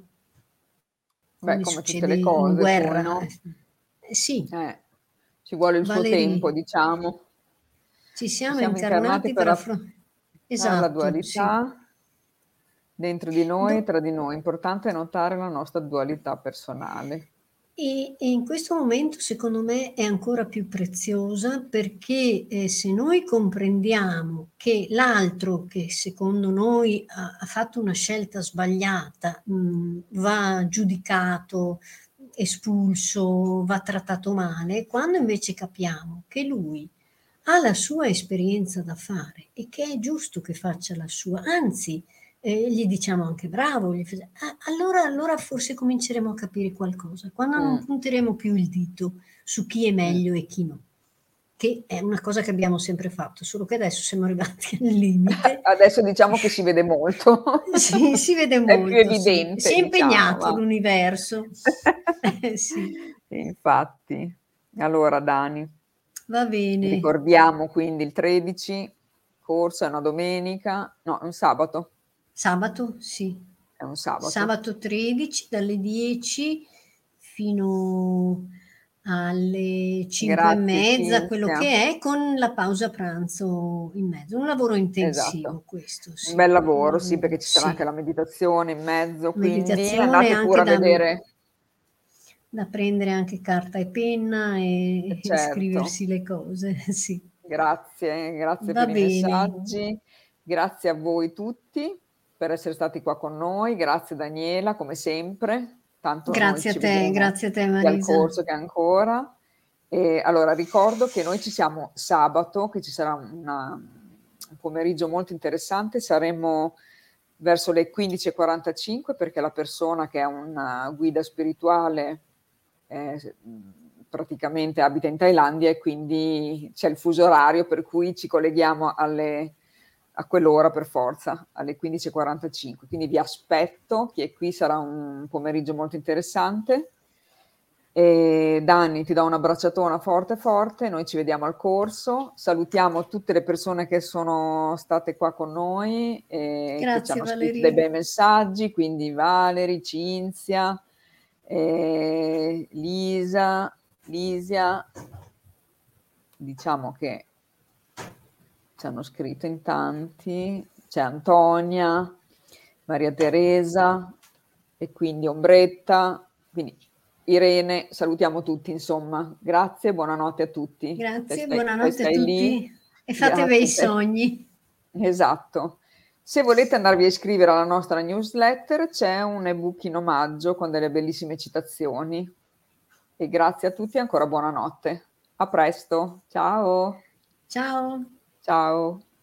beh, come come tutte succede le in cose poi, guerra, no? eh, sì, Eh, ci vuole il suo tempo, Valerie, diciamo. ci Ci siamo siamo incarnati incarnati per per affrontare. affrontare la Esatto, sì. dualità dentro di noi e Do- tra di noi. Importante è notare la nostra dualità personale. E, e in questo momento secondo me è ancora più preziosa perché eh, se noi comprendiamo che l'altro che secondo noi ha, ha fatto una scelta sbagliata mh, va giudicato, espulso, va trattato male, quando invece capiamo che lui ha la sua esperienza da fare e che è giusto che faccia la sua, anzi eh, gli diciamo anche bravo, gli fa- "Ah, allora, allora forse cominceremo a capire qualcosa, quando non Mm, punteremo più il dito su chi è mm. meglio e chi no, che è una cosa che abbiamo sempre fatto, solo che adesso siamo arrivati al limite. Adesso diciamo che si vede molto. Sì, si vede È più molto, sì. evidente, Si è diciamo, impegnato va. l'universo. Eh, sì, Infatti. Allora, Dani, va bene. ricordiamo quindi il tredici, corsa, è una domenica, no, è un sabato, Sabato, sì. è un sabato, Sabato tredici dalle dieci fino alle cinque e grazie mezza, quello Cinzia, che è, con la pausa pranzo in mezzo. Un lavoro intensivo esatto. questo, Un sì. bel Un lavoro, sì, perché lavoro, ci sarà anche sì. la meditazione in mezzo, quindi Meditazione andate pure anche a da, vedere, da prendere anche carta e penna eh, e, e certo. scriversi le cose, sì. Grazie, grazie Va per i bene. messaggi, grazie a voi tutti per essere stati qua con noi, grazie Daniela, come sempre, tanto noi Grazie a ci te, vedremo grazie a te sia al Marisa. corso che ancora. E allora ricordo che noi ci siamo sabato, che ci sarà una, un pomeriggio molto interessante, saremo verso le quindici e quarantacinque perché la persona che è una guida spirituale eh, praticamente abita in Thailandia e quindi c'è il fuso orario per cui ci colleghiamo alle, a quell'ora per forza, alle quindici e quarantacinque. Quindi vi aspetto, chi è qui sarà un pomeriggio molto interessante. E Dani, ti do una bracciatona forte forte, noi ci vediamo al corso, salutiamo tutte le persone che sono state qua con noi e che ci Grazie hanno scritto dei Valeria. bei messaggi, quindi Valeri, Cinzia, eh, Lisa, Lisia, diciamo che ci hanno scritto in tanti, c'è Antonia, Maria Teresa e quindi Ombretta, quindi Irene, salutiamo tutti insomma, grazie, buonanotte a tutti, te Grazie, stai, te buonanotte a stai lì, tutti e fate bei grazie a te, sogni. esatto. Se volete andarvi a iscrivere alla nostra newsletter c'è un ebook in omaggio con delle bellissime citazioni e grazie a tutti e ancora buonanotte, a presto, ciao, Ciao. ciao.